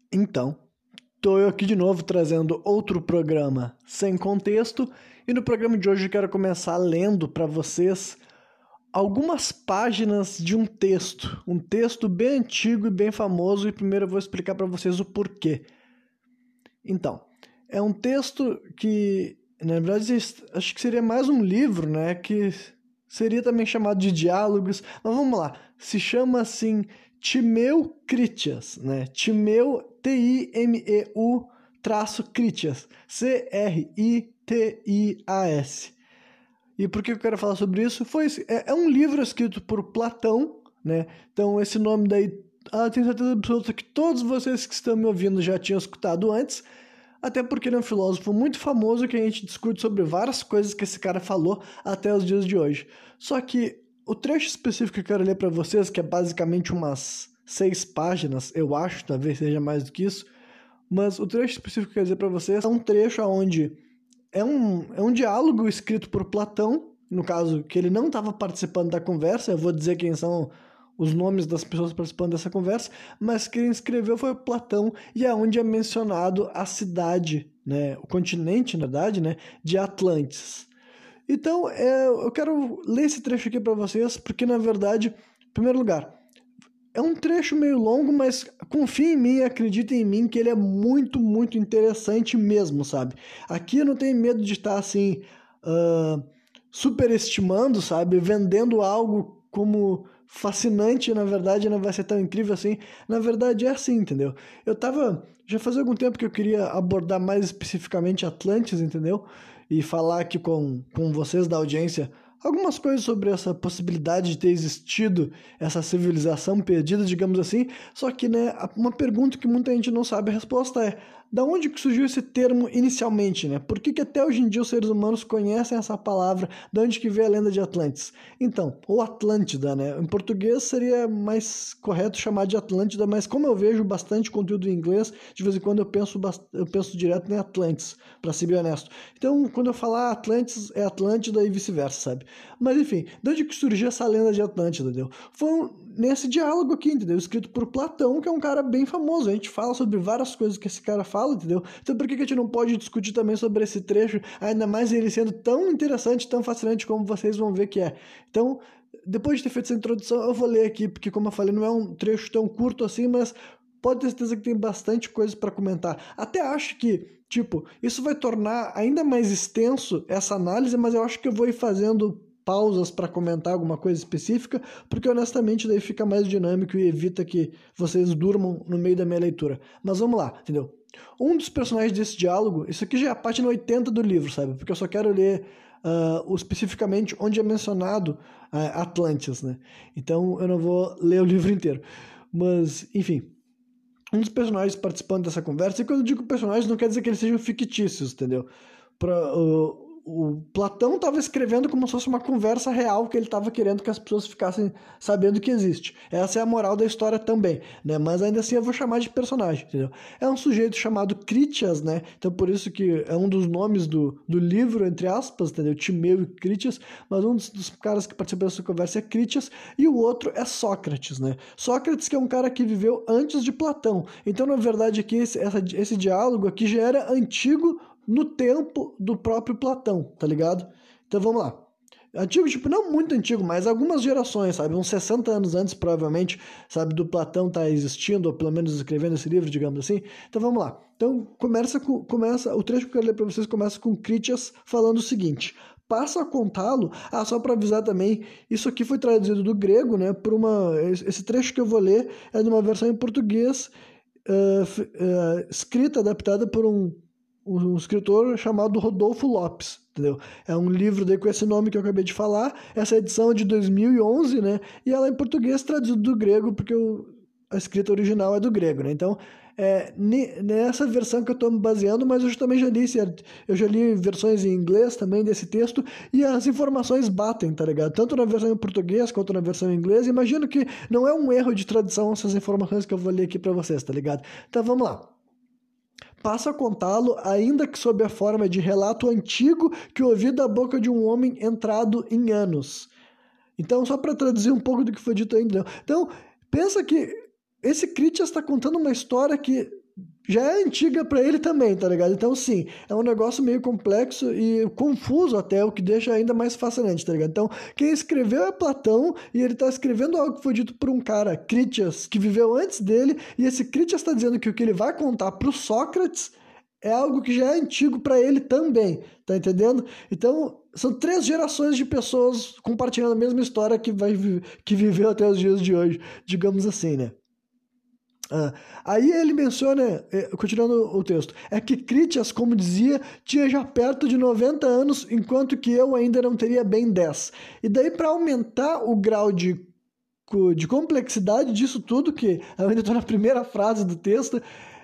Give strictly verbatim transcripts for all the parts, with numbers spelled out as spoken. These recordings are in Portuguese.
Então, estou eu aqui de novo trazendo outro programa sem contexto, e no programa de hoje eu quero começar lendo para vocês algumas páginas de um texto, um texto bem antigo e bem famoso, e primeiro eu vou explicar para vocês o porquê. Então, é um texto que, na verdade, acho que seria mais um livro, né, que seria também chamado de diálogos, mas vamos lá, se chama assim Timeu Critias, né, Timeu, T I M E U, traço Critias, C R I T I A S. E por que eu quero falar sobre isso? Foi, é, é um livro escrito por Platão, né, então esse nome daí, ah, tenho certeza absoluta que todos vocês que estão me ouvindo já tinham escutado antes, até porque ele é um filósofo muito famoso que a gente discute sobre várias coisas que esse cara falou até os dias de hoje. Só que o trecho específico que eu quero ler para vocês, que é basicamente umas seis páginas, eu acho, talvez seja mais do que isso, mas o trecho específico que eu quero dizer para vocês é um trecho onde é um, é um diálogo escrito por Platão, no caso que ele não estava participando da conversa, eu vou dizer quem são os nomes das pessoas participando dessa conversa, mas quem escreveu foi Platão, e é onde é mencionado a cidade, né, o continente, na verdade, né, de Atlantis. Então, é, eu quero ler esse trecho aqui para vocês, porque, na verdade, em primeiro lugar, é um trecho meio longo, mas confia em mim, acredita em mim, que ele é muito, muito interessante mesmo, sabe? Aqui eu não tenho medo de estar, assim, uh, superestimando, sabe? Vendendo algo como fascinante, na verdade não vai ser tão incrível assim. Na verdade é assim, entendeu? Eu tava, já fazia algum tempo que eu queria abordar mais especificamente Atlantis, entendeu? E falar aqui com, com vocês da audiência algumas coisas sobre essa possibilidade de ter existido essa civilização perdida, digamos assim. Só que, né, uma pergunta que muita gente não sabe a resposta é: da onde que surgiu esse termo inicialmente, né? Por que que até hoje em dia os seres humanos conhecem essa palavra? De onde que veio a lenda de Atlantis? Então, ou Atlântida, né? Em português seria mais correto chamar de Atlântida, mas como eu vejo bastante conteúdo em inglês, de vez em quando eu penso, eu penso direto em Atlantis, para ser bem honesto. Então, quando eu falar Atlantis, é Atlântida e vice-versa, sabe? Mas enfim, de onde que surgiu essa lenda de Atlântida, entendeu? Foi um, nesse diálogo aqui, entendeu? Escrito por Platão, que é um cara bem famoso. A gente fala sobre várias coisas que esse cara fala, entendeu? Então por que que a gente não pode discutir também sobre esse trecho, ainda mais ele sendo tão interessante, tão fascinante como vocês vão ver que é. Então, depois de ter feito essa introdução, eu vou ler aqui, porque como eu falei, não é um trecho tão curto assim, mas pode ter certeza que tem bastante coisa para comentar. Até acho que, tipo, isso vai tornar ainda mais extenso essa análise, mas eu acho que eu vou ir fazendo pausas para comentar alguma coisa específica, porque honestamente daí fica mais dinâmico e evita que vocês durmam no meio da minha leitura. Mas vamos lá, entendeu? Um dos personagens desse diálogo, isso aqui já é a página oitenta do livro, sabe? Porque eu só quero ler uh, especificamente onde é mencionado uh, Atlantis, né? Então eu não vou ler o livro inteiro. Mas, enfim, um dos personagens participando dessa conversa, e quando eu digo personagens não quer dizer que eles sejam fictícios, entendeu? Pra, uh, o Platão estava escrevendo como se fosse uma conversa real que ele estava querendo que as pessoas ficassem sabendo que existe. Essa é a moral da história também, né? Mas ainda assim eu vou chamar de personagem, entendeu? É um sujeito chamado Critias, né? Então por isso que é um dos nomes do, do livro, entre aspas, entendeu? Timeu e Critias, mas um dos, dos caras que participou dessa conversa é Critias, e o outro é Sócrates, né? Sócrates que é um cara que viveu antes de Platão. Então na verdade aqui esse, essa, esse diálogo aqui já era antigo no tempo do próprio Platão, tá ligado? Então vamos lá. Antigo, tipo, não muito antigo, mas algumas gerações, sabe? Uns sessenta anos antes, provavelmente, sabe, do Platão estar tá existindo, ou pelo menos escrevendo esse livro, digamos assim. Então vamos lá. Então começa com, começa, o trecho que eu quero ler para vocês começa com Critias falando o seguinte: passa a contá-lo. Ah, só para avisar também, isso aqui foi traduzido do grego, né? Por uma, esse trecho que eu vou ler é de uma versão em português, uh, uh, escrita, adaptada por um um escritor chamado Rodolfo Lopes, entendeu? É um livro daí com esse nome que eu acabei de falar. Essa edição é de dois mil e onze, né? E ela é em português traduzido do grego, porque o, a escrita original é do grego, né? Então, é nessa versão que eu estou me baseando, mas eu também já li, eu já li versões em inglês também desse texto, e as informações batem, tá ligado? Tanto na versão em português quanto na versão em inglês. Imagino que não é um erro de tradução essas informações que eu vou ler aqui para vocês, tá ligado? Então, vamos lá. Passa a contá-lo, ainda que sob a forma de relato antigo que ouvi da boca de um homem entrado em anos. Então, só para traduzir um pouco do que foi dito ainda. Então, pensa que esse Critias está contando uma história que já é antiga para ele também, tá ligado? Então, sim, é um negócio meio complexo e confuso até, o que deixa ainda mais fascinante, tá ligado? Então, quem escreveu é Platão e ele tá escrevendo algo que foi dito por um cara, Critias, que viveu antes dele, e esse Critias tá dizendo que o que ele vai contar pro Sócrates é algo que já é antigo para ele também, tá entendendo? Então, são três gerações de pessoas compartilhando a mesma história que, vai, que viveu até os dias de hoje, digamos assim, né? Ah, aí ele menciona, continuando o texto, é que Critias, como dizia, tinha já perto de noventa anos, enquanto que eu ainda não teria bem dez. E daí, para aumentar o grau de, de complexidade disso tudo, que eu ainda estou na primeira frase do texto,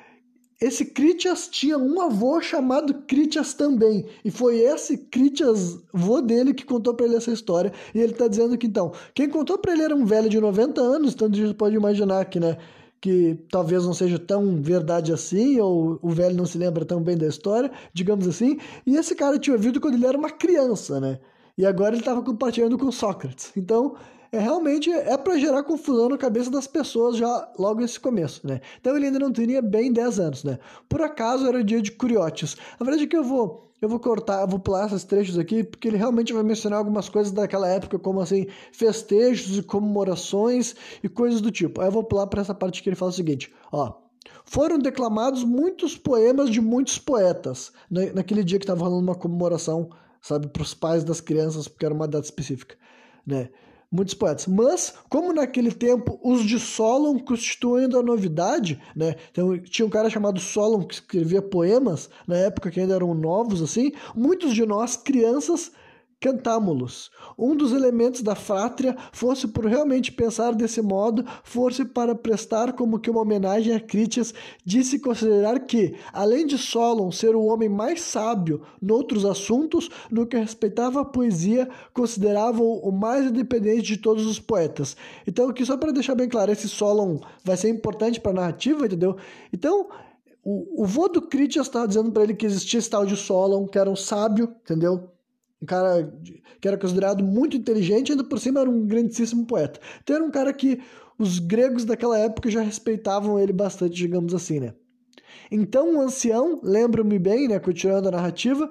esse Critias tinha um avô chamado Critias também, e foi esse Critias, vô dele, que contou para ele essa história, e ele está dizendo que, então, quem contou para ele era um velho de noventa anos, então a gente pode imaginar que, né, que talvez não seja tão verdade assim, ou o velho não se lembra tão bem da história, digamos assim, e esse cara tinha ouvido quando ele era uma criança, né? E agora ele estava compartilhando com Sócrates. Então, é realmente é para gerar confusão na cabeça das pessoas já logo nesse começo, né? Então ele ainda não teria bem dez anos, né? Por acaso era o dia de Curiotes. A verdade é que eu vou eu vou cortar, eu vou pular esses trechos aqui, porque ele realmente vai mencionar algumas coisas daquela época, como assim, festejos e comemorações e coisas do tipo. Aí eu vou pular para essa parte que ele fala o seguinte, ó: foram declamados muitos poemas de muitos poetas, na, naquele dia que estava rolando uma comemoração, sabe, para os pais das crianças, porque era uma data específica, né? Muitos poetas. Mas, como naquele tempo os de Solon constituindo a novidade, né? Então, tinha um cara chamado Solon que escrevia poemas, na época que ainda eram novos, assim, muitos de nós, crianças, cantámo-los. Um dos elementos da frátria, fosse por realmente pensar desse modo, fosse para prestar como que uma homenagem a Critias, disse considerar que, além de Solon ser o homem mais sábio noutros assuntos, no que respeitava a poesia, considerava-o o mais independente de todos os poetas. Então, aqui só para deixar bem claro, esse Solon vai ser importante para a narrativa, entendeu? Então, o, o vô do Critias estava dizendo para ele que existia esse tal de Solon, que era um sábio, entendeu? Um cara que era considerado muito inteligente, ainda por cima era um grandíssimo poeta. Então era um cara que os gregos daquela época já respeitavam ele bastante, digamos assim, né? Então o ancião, lembro-me bem, né, continuando a narrativa,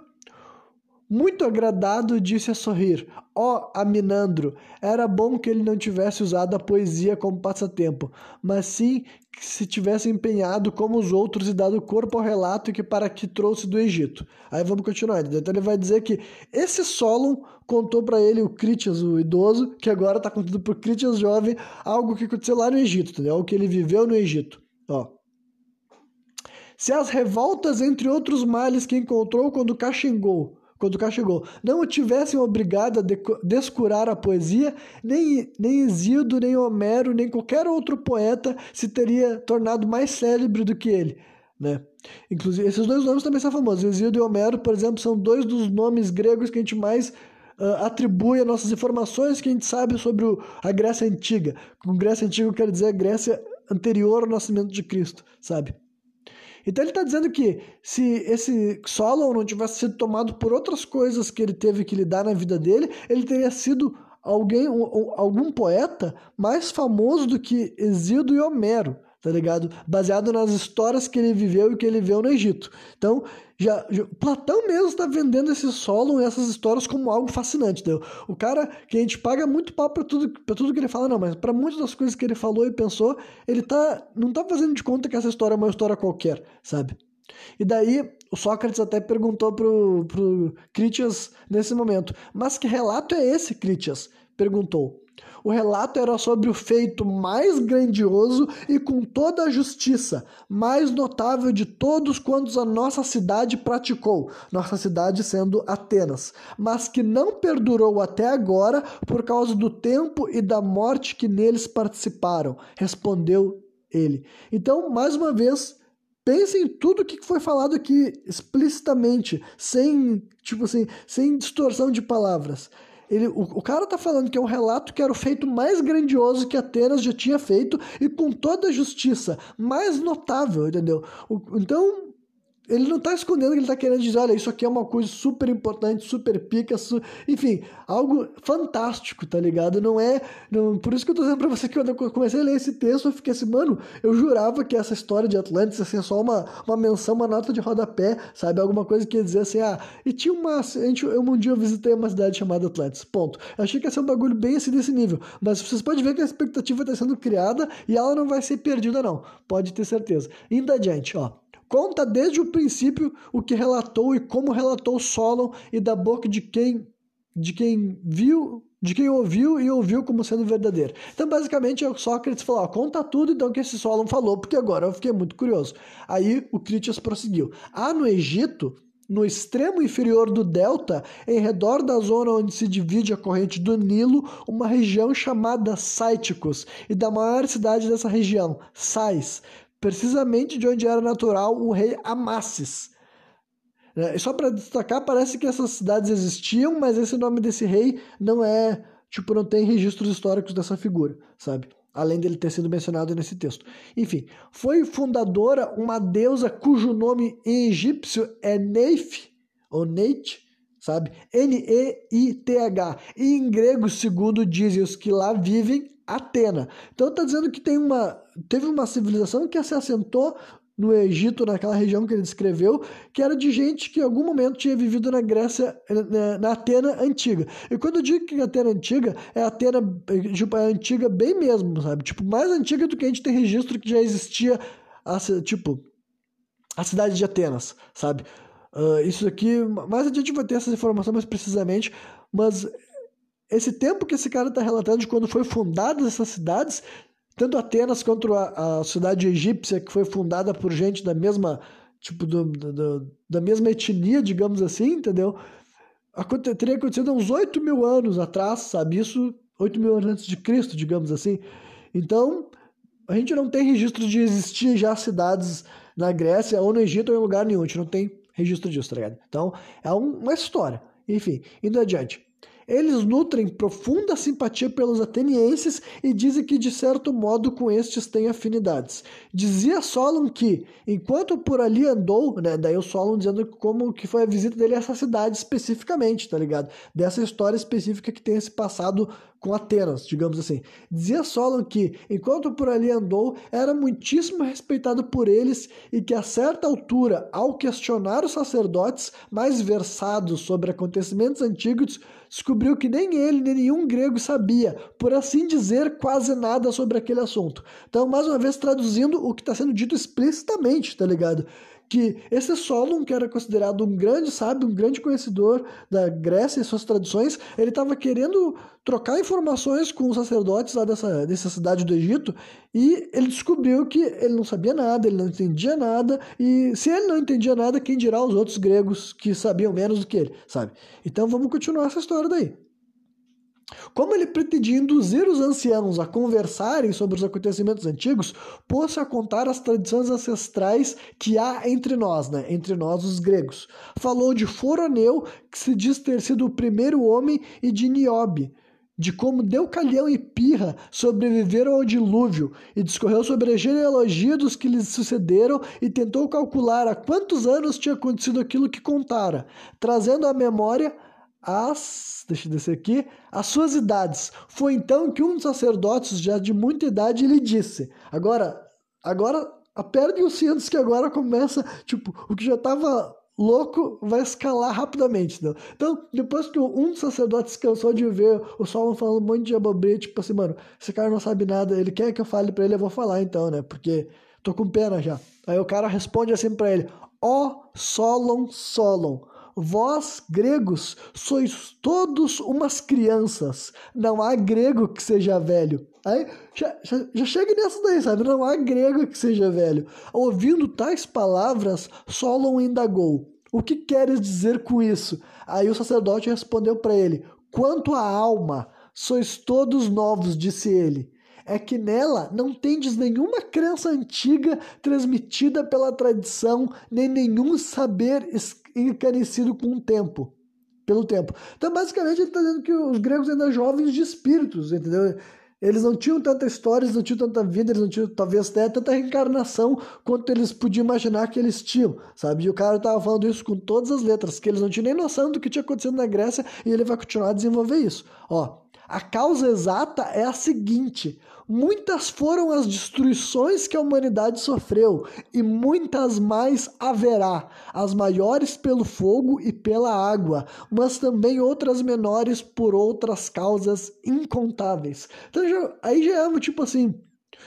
muito agradado, disse a sorrir: ó, oh, Aminandro, era bom que ele não tivesse usado a poesia como passatempo, mas sim que se tivesse empenhado como os outros e dado corpo ao relato que para que trouxe do Egito. Aí vamos continuar. Então ele vai dizer que esse Solon contou para ele, o Critias, o idoso, que agora está contando para o Critias jovem, algo que aconteceu lá no Egito, entendeu? Algo que ele viveu no Egito. Ó. Se as revoltas, entre outros males que encontrou quando cá chegou, quando cá chegou, não o tivessem obrigado a descurar a poesia, nem, nem Hesíodo, nem Homero, nem qualquer outro poeta se teria tornado mais célebre do que ele, né? Inclusive, esses dois nomes também são famosos. Hesíodo e Homero, por exemplo, são dois dos nomes gregos que a gente mais uh, atribui a nossas informações que a gente sabe sobre o, a Grécia Antiga. Com Grécia Antiga eu quero dizer a Grécia anterior ao nascimento de Cristo, sabe? Então ele está dizendo que se esse Solon não tivesse sido tomado por outras coisas que ele teve que lidar na vida dele, ele teria sido alguém, um, algum poeta mais famoso do que Hesíodo e Homero, tá ligado? Baseado nas histórias que ele viveu e que ele viu no Egito. Então, já, já Platão mesmo está vendendo esse Solon e essas histórias como algo fascinante, entendeu? O cara que a gente paga muito pau para tudo, para tudo que ele fala, não, mas para muitas das coisas que ele falou e pensou, ele tá, não tá fazendo de conta que essa história é uma história qualquer, sabe? E daí, o Sócrates até perguntou pro, pro Critias nesse momento, mas que relato é esse, Critias? Perguntou. O relato era sobre o feito mais grandioso e com toda a justiça, mais notável de todos quantos a nossa cidade praticou, nossa cidade sendo Atenas, mas que não perdurou até agora por causa do tempo e da morte que neles participaram, respondeu ele. Então, mais uma vez, pense em tudo que foi falado aqui explicitamente, sem, tipo assim, sem distorção de palavras. Ele, o, o cara tá falando que é um relato que era o feito mais grandioso que Atenas já tinha feito e com toda a justiça, mais notável, entendeu? O, então, ele não tá escondendo que ele tá querendo dizer, olha, isso aqui é uma coisa super importante, super pica, su... enfim, algo fantástico, tá ligado? Não é... Não... Por isso que eu tô dizendo pra você que quando eu comecei a ler esse texto, eu fiquei assim, mano, eu jurava que essa história de Atlantis ia ser só uma, uma menção, uma nota de rodapé, sabe? Alguma coisa que ia dizer assim, ah, e tinha uma... A gente, eu, um dia eu visitei uma cidade chamada Atlantis, ponto. Eu achei que ia ser um bagulho bem assim desse nível, mas vocês podem ver que a expectativa tá sendo criada e ela não vai ser perdida, não. Pode ter certeza. Indo adiante, ó. Conta desde o princípio o que relatou e como relatou Solon e da boca de quem, de quem viu, de quem ouviu e ouviu como sendo verdadeiro. Então, basicamente, o Sócrates falou, ó, conta tudo então que esse Solon falou, porque agora eu fiquei muito curioso. Aí o Critias prosseguiu. Há no Egito, no extremo inferior do delta, em redor da zona onde se divide a corrente do Nilo, uma região chamada Cíticos, e da maior cidade dessa região, Sais, precisamente de onde era natural o rei Amasis. É, só para destacar, parece que essas cidades existiam, mas esse nome desse rei não é, tipo, não tem registros históricos dessa figura, sabe? Além dele ter sido mencionado nesse texto. Enfim, foi fundadora uma deusa cujo nome em egípcio é Neith, ou Neit, sabe? N E I T H. E em grego, segundo dizem os que lá vivem, Atena. Então está dizendo que tem uma, teve uma civilização que se assentou no Egito, naquela região que ele descreveu, que era de gente que em algum momento tinha vivido na Grécia, na, na Atena antiga. E quando eu digo que a Atena antiga, é a Atena, tipo, é antiga bem mesmo, sabe? Tipo, mais antiga do que a gente tem registro que já existia, a, tipo, a cidade de Atenas, sabe? Uh, isso aqui, mais adiante vai ter essa informação mais precisamente, mas esse tempo que esse cara está relatando de quando foi fundadas essas cidades, tanto Atenas quanto a, a cidade egípcia, que foi fundada por gente da mesma, tipo, do, do, da mesma etnia, digamos assim, entendeu? Aconte, teria acontecido há uns oito mil anos atrás, sabe? Isso, oito mil anos antes de Cristo, digamos assim. Então, a gente não tem registro de existir já cidades na Grécia ou no Egito ou em lugar nenhum. A gente não tem registro disso, tá ligado? Então, é um, uma história. Enfim, indo adiante. Eles nutrem profunda simpatia pelos atenienses e dizem que, de certo modo, com estes têm afinidades. Dizia Solon que, enquanto por ali andou, né, daí o Solon dizendo como que foi a visita dele a essa cidade especificamente, tá ligado? Dessa história específica que tem esse passado com Atenas, digamos assim. Dizia Solon que, enquanto por ali andou, era muitíssimo respeitado por eles e que, a certa altura, ao questionar os sacerdotes mais versados sobre acontecimentos antigos, descobriu que nem ele, nem nenhum grego sabia, por assim dizer, quase nada sobre aquele assunto. Então, mais uma vez, traduzindo o que está sendo dito explicitamente, tá ligado? Que esse Solon, que era considerado um grande sábio, um grande conhecedor da Grécia e suas tradições, ele estava querendo trocar informações com os sacerdotes lá dessa, dessa cidade do Egito, e ele descobriu que ele não sabia nada, ele não entendia nada, e se ele não entendia nada, quem dirá os outros gregos que sabiam menos do que ele, sabe? Então vamos continuar essa história daí. Como ele pretendia induzir os anciãos a conversarem sobre os acontecimentos antigos, pôs-se a contar as tradições ancestrais que há entre nós, né? Entre nós, os gregos. Falou de Foroneu, que se diz ter sido o primeiro homem, e de Niobe, de como Deucalião e Pirra sobreviveram ao dilúvio, e discorreu sobre a genealogia dos que lhes sucederam e tentou calcular há quantos anos tinha acontecido aquilo que contara, trazendo à memória as, deixa eu descer aqui, as suas idades. Foi então que um dos sacerdotes, já de muita idade, lhe disse, agora, agora apertem os cintos que agora começa, tipo, o que já estava louco vai escalar rapidamente, não? Então, depois que um dos sacerdotes cansou de ver o Solon falando um monte de abobrinha, tipo assim, mano, esse cara não sabe nada, ele quer que eu fale pra ele, eu vou falar então, né, porque tô com pena já. Aí o cara responde assim pra ele, ó Solon, Solon, vós, gregos, sois todos umas crianças. Não há grego que seja velho. Aí já, já, já chega nessa daí, sabe? Não há grego que seja velho. Ouvindo tais palavras, Solon indagou. O que queres dizer com isso? Aí o sacerdote respondeu para ele. Quanto à alma, sois todos novos, disse ele. É que nela não tendes nenhuma crença antiga transmitida pela tradição, nem nenhum saber encarecido com o tempo, pelo tempo. Então, basicamente, ele está dizendo que os gregos ainda jovens de espíritos, entendeu? Eles não tinham tanta história, eles não tinham tanta vida, eles não tinham talvez até tanta reencarnação quanto eles podiam imaginar que eles tinham, sabe? E o cara tava falando isso com todas as letras, que eles não tinham nem noção do que tinha acontecido na Grécia e ele vai continuar a desenvolver isso. Ó, a causa exata é a seguinte: muitas foram as destruições que a humanidade sofreu, e muitas mais haverá, as maiores pelo fogo e pela água, mas também outras menores por outras causas incontáveis. Então já, aí já é tipo assim,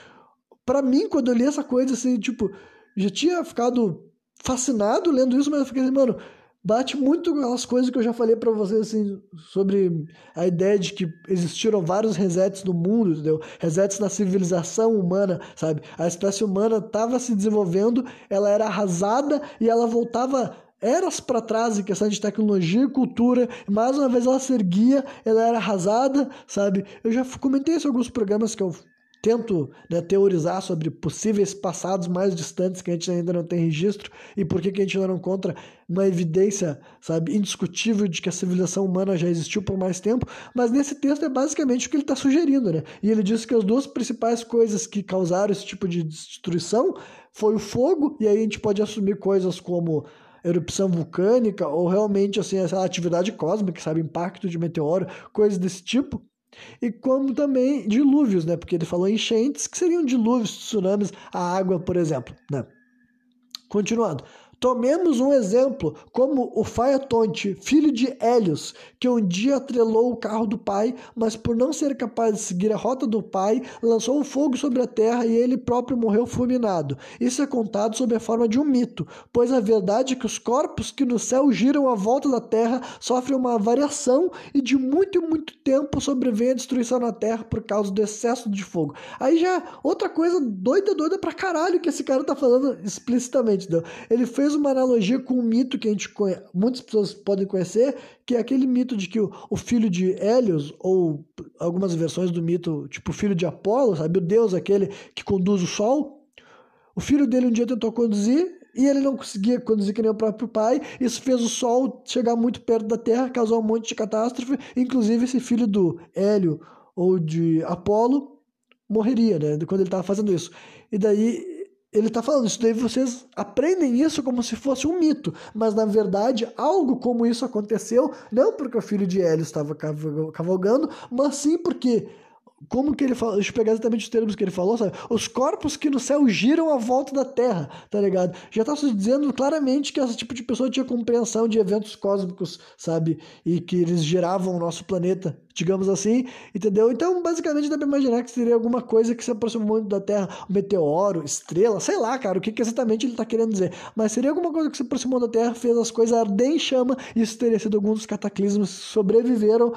pra mim, quando eu li essa coisa assim, tipo, já tinha ficado fascinado lendo isso, mas eu fiquei assim, mano, bate muito com as coisas que eu já falei pra vocês, assim, sobre a ideia de que existiram vários resets no mundo, entendeu? Resets na civilização humana, sabe? A espécie humana estava se desenvolvendo, ela era arrasada e ela voltava eras para trás em questão de tecnologia e cultura, mais uma vez ela se erguia, ela era arrasada, sabe? Eu já comentei isso em alguns programas que eu tento, né, teorizar sobre possíveis passados mais distantes que a gente ainda não tem registro e por que que a gente ainda não encontra uma evidência, sabe, indiscutível de que a civilização humana já existiu por mais tempo, mas nesse texto é basicamente o que ele está sugerindo, né? E ele diz que as duas principais coisas que causaram esse tipo de destruição foi o fogo, e aí a gente pode assumir coisas como erupção vulcânica ou realmente assim, essa atividade cósmica, sabe, impacto de meteoro, coisas desse tipo. E como também dilúvios, né? Porque ele falou enchentes, que seriam dilúvios, tsunamis, a água, por exemplo, né? Continuando. Tomemos um exemplo, como o Faetonte, filho de Hélios, que um dia atrelou o carro do pai, mas por não ser capaz de seguir a rota do pai, lançou um fogo sobre a terra e ele próprio morreu fulminado. Isso é contado sob a forma de um mito, pois a verdade é que os corpos que no céu giram à volta da terra sofrem uma variação e de muito e muito tempo sobrevém a destruição na terra por causa do excesso de fogo. Aí já outra coisa doida, doida pra caralho que esse cara tá falando explicitamente, entendeu? Ele fez uma analogia com um mito que a gente conhece, muitas pessoas podem conhecer, que é aquele mito de que o, o filho de Hélios, ou algumas versões do mito, tipo o filho de Apolo, sabe? O deus aquele que conduz o sol. O filho dele um dia tentou conduzir e ele não conseguia conduzir que nem o próprio pai. Isso fez o sol chegar muito perto da terra, causou um monte de catástrofe. Inclusive esse filho do Hélio ou de Apolo morreria, né? Quando ele estava fazendo isso. E daí ele está falando, isso daí vocês aprendem isso como se fosse um mito, mas na verdade algo como isso aconteceu, não porque o filho de Hélio estava cavalgando, mas sim porque, como que ele falou, deixa eu pegar exatamente os termos que ele falou, sabe? Os corpos que no céu giram à volta da Terra, tá ligado? Já tá se dizendo claramente que esse tipo de pessoa tinha compreensão de eventos cósmicos, sabe? E que eles giravam o nosso planeta, digamos assim, entendeu? Então, basicamente, dá pra imaginar que seria alguma coisa que se aproximou muito da Terra, um meteoro, estrela, sei lá, cara, o que, que exatamente ele tá querendo dizer. Mas seria alguma coisa que se aproximou da Terra, fez as coisas arder em chama, e isso teria sido alguns dos cataclismos que sobreviveram,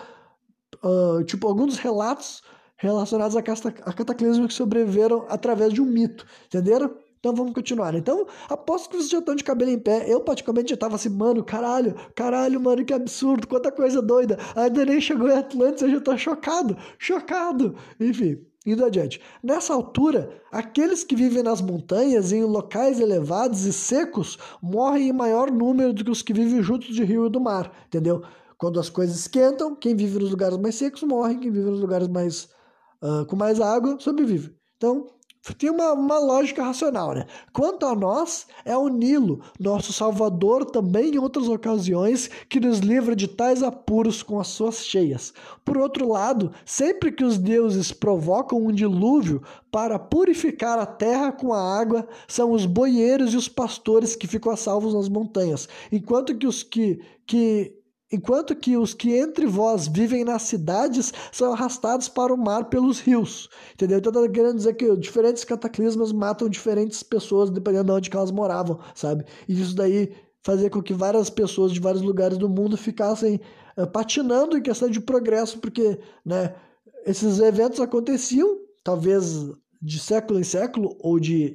uh, tipo, alguns relatos relacionados a cataclismos que sobreviveram através de um mito, entenderam? Então vamos continuar. Então, aposto que vocês já estão de cabelo em pé. Eu, praticamente, já tava assim, mano, caralho, caralho, mano, que absurdo, quanta coisa doida. Ainda nem chegou em Atlantis, eu já tô chocado, chocado. Enfim, indo adiante. Nessa altura, aqueles que vivem nas montanhas, em locais elevados e secos, morrem em maior número do que os que vivem junto de rio e do mar, entendeu? Quando as coisas esquentam, quem vive nos lugares mais secos morre, quem vive nos lugares mais Uh, com mais água, sobrevive. Então, tem uma, uma lógica racional, né? Quanto a nós, é o Nilo, nosso salvador também em outras ocasiões, que nos livra de tais apuros com as suas cheias. Por outro lado, sempre que os deuses provocam um dilúvio para purificar a terra com a água, são os boieiros e os pastores que ficam a salvos nas montanhas, enquanto que os que... que Enquanto que os que entre vós vivem nas cidades são arrastados para o mar pelos rios. Entendeu? Então tá querendo dizer que diferentes cataclismos matam diferentes pessoas dependendo de onde que elas moravam, sabe? E isso daí fazia com que várias pessoas de vários lugares do mundo ficassem uh, patinando em questão de progresso, porque, né, esses eventos aconteciam, talvez de século em século, ou de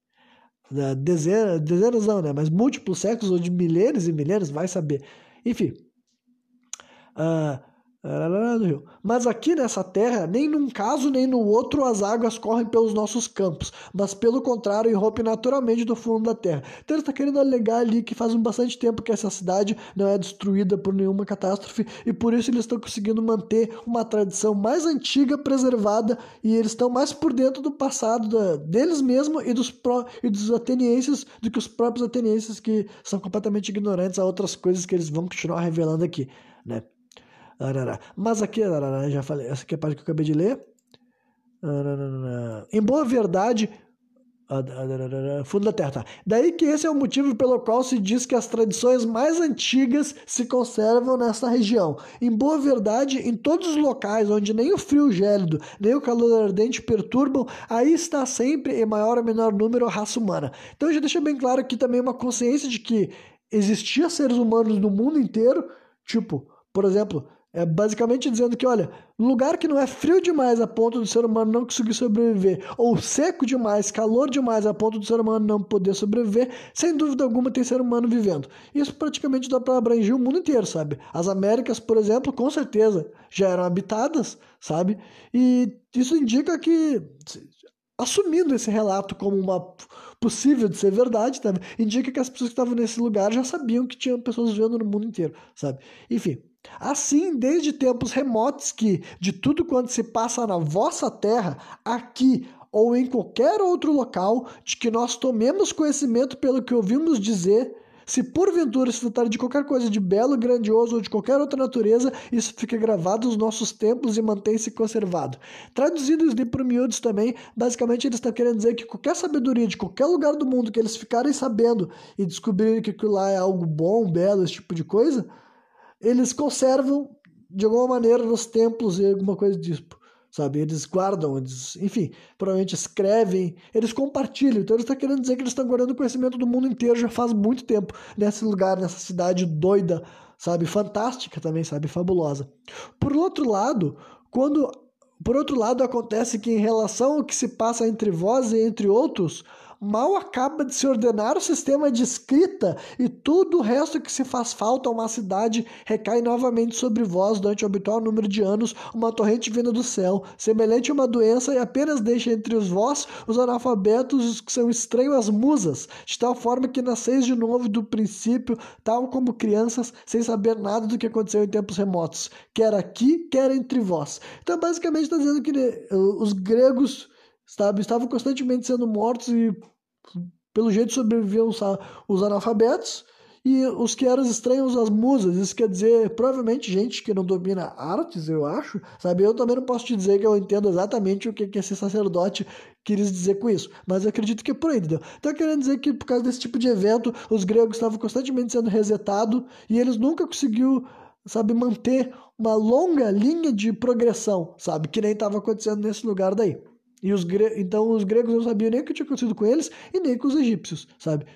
uh, dezenas, dezenas não, né? Mas múltiplos séculos, ou de milênios e milênios, vai saber. Enfim. Uh, do rio. Mas aqui nessa terra, nem num caso nem no outro as águas correm pelos nossos campos, mas pelo contrário irrompem naturalmente do fundo da terra. Então ele está querendo alegar ali que faz bastante tempo que essa cidade não é destruída por nenhuma catástrofe e por isso eles estão conseguindo manter uma tradição mais antiga preservada e eles estão mais por dentro do passado da, deles mesmos e dos, pró, e dos atenienses do que os próprios atenienses que são completamente ignorantes a outras coisas que eles vão continuar revelando aqui, né? Mas aqui, já falei, essa aqui é a parte que eu acabei de ler. Em boa verdade, fundo da terra, tá? Daí que esse é o motivo pelo qual se diz que as tradições mais antigas se conservam nessa região. Em boa verdade, em todos os locais onde nem o frio gélido, nem o calor ardente perturbam, aí está sempre, em maior ou menor número, a raça humana. Então já deixa bem claro aqui também uma consciência de que existia seres humanos no mundo inteiro, tipo, por exemplo... É basicamente dizendo que, olha, lugar que não é frio demais a ponto do ser humano não conseguir sobreviver, ou seco demais, calor demais a ponto do ser humano não poder sobreviver, sem dúvida alguma tem ser humano vivendo. Isso praticamente dá para abranger o mundo inteiro, sabe? As Américas, por exemplo, com certeza já eram habitadas, sabe? E isso indica que, assumindo esse relato como uma possível de ser verdade, sabe? Indica que as pessoas que estavam nesse lugar já sabiam que tinham pessoas vivendo no mundo inteiro, sabe? Enfim... Assim, desde tempos remotos que, de tudo quanto se passa na vossa terra, aqui ou em qualquer outro local, de que nós tomemos conhecimento pelo que ouvimos dizer, se porventura se tratar de qualquer coisa de belo, grandioso ou de qualquer outra natureza, isso fica gravado nos nossos templos e mantém-se conservado. Traduzindo isso por miúdos também, basicamente eles estão querendo dizer que qualquer sabedoria de qualquer lugar do mundo que eles ficarem sabendo e descobrirem que aquilo lá é algo bom, belo, esse tipo de coisa... eles conservam de alguma maneira nos templos e alguma coisa disso, sabe? Eles guardam, eles, enfim, provavelmente escrevem, eles compartilham. Então, eles estão querendo dizer que eles estão guardando conhecimento do mundo inteiro já faz muito tempo nesse lugar, nessa cidade doida, sabe? Fantástica também, sabe? Fabulosa. Por outro lado, quando... Por outro lado, acontece que em relação ao que se passa entre vós e entre outros... mal acaba de se ordenar o sistema de escrita e tudo o resto que se faz falta a uma cidade recai novamente sobre vós durante o habitual número de anos uma torrente vinda do céu, semelhante a uma doença e apenas deixa entre os vós os analfabetos os que são estranhos às musas, de tal forma que nasceis de novo do princípio, tal como crianças, sem saber nada do que aconteceu em tempos remotos, quer aqui, quer entre vós. Então basicamente está dizendo que né, os gregos... Sabe, estavam constantemente sendo mortos e, pelo jeito, sobreviviam os, os analfabetos e os que eram estranhos às musas. Isso quer dizer, provavelmente, gente que não domina artes, eu acho. Sabe, eu também não posso te dizer que eu entendo exatamente o que, que esse sacerdote quis dizer com isso, mas eu acredito que é por aí, entendeu? Então, querendo dizer que, por causa desse tipo de evento, os gregos estavam constantemente sendo resetados e eles nunca conseguiu, sabe, manter uma longa linha de progressão, sabe, que nem estava acontecendo nesse lugar daí. E os gre... Então os gregos não sabiam nem o que tinha acontecido com eles e nem com os egípcios, sabe?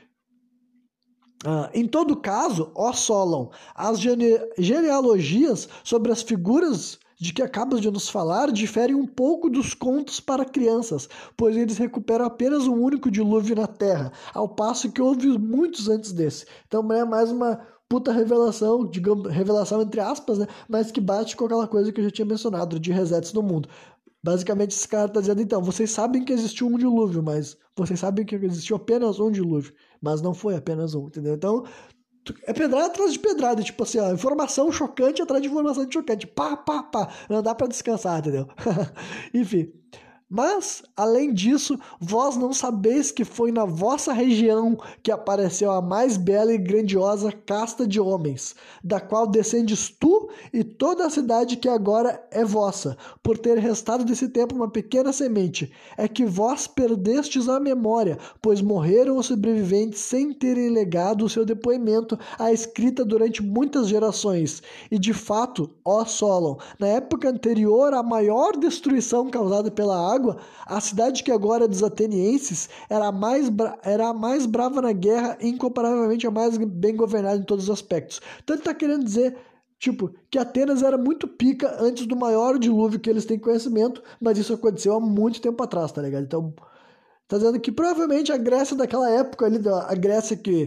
Ah, em todo caso, ó Solon, as gene... genealogias sobre as figuras de que acabas de nos falar diferem um pouco dos contos para crianças, pois eles recuperam apenas um único dilúvio na Terra, ao passo que houve muitos antes desse. Então é mais uma puta revelação, digamos, revelação entre aspas, né? Mas que bate com aquela coisa que eu já tinha mencionado, de resets no mundo. Basicamente, esse cara está dizendo, então, vocês sabem que existiu um dilúvio, mas vocês sabem que existiu apenas um dilúvio, mas não foi apenas um, entendeu? Então, é pedrada atrás de pedrada, tipo assim, ó, informação chocante atrás de informação chocante, pá, pá, pá, não dá para descansar, entendeu? Enfim... Mas, além disso, vós não sabeis que foi na vossa região que apareceu a mais bela e grandiosa casta de homens, da qual descendes tu e toda a cidade que agora é vossa, por ter restado desse tempo uma pequena semente. É que vós perdestes a memória, pois morreram os sobreviventes sem terem legado o seu depoimento à escrita durante muitas gerações. E de fato, ó Solon, na época anterior à maior destruição causada pela água, a cidade que agora é dos atenienses era a, mais bra... era a mais brava na guerra e incomparavelmente a mais bem governada em todos os aspectos. Então ele está querendo dizer, tipo, que Atenas era muito pica antes do maior dilúvio que eles têm conhecimento, mas isso aconteceu há muito tempo atrás, tá ligado? Então, tá dizendo que provavelmente a Grécia daquela época ali, a Grécia que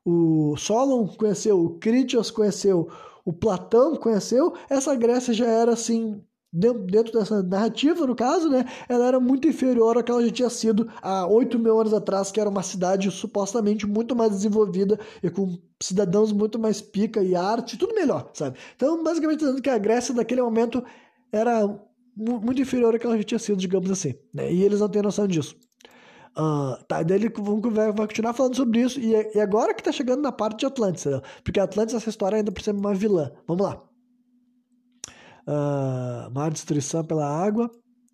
o Solon conheceu, o Critias conheceu, o Platão conheceu, essa Grécia já era assim, dentro dessa narrativa, no caso, né, ela era muito inferior ao que ela já tinha sido há oito mil anos atrás, que era uma cidade supostamente muito mais desenvolvida e com cidadãos muito mais pica e arte, tudo melhor, sabe? Então, basicamente, dizendo que a Grécia, naquele momento, era muito inferior ao que ela já tinha sido, digamos assim, né? E eles não têm noção disso. Uh, tá, daí ele vai, vai continuar falando sobre isso, e, e agora que tá chegando na parte de Atlantis, entendeu? Porque Atlantis, essa história ainda por ser uma vilã. Vamos lá. Uh, maior destruição pela água.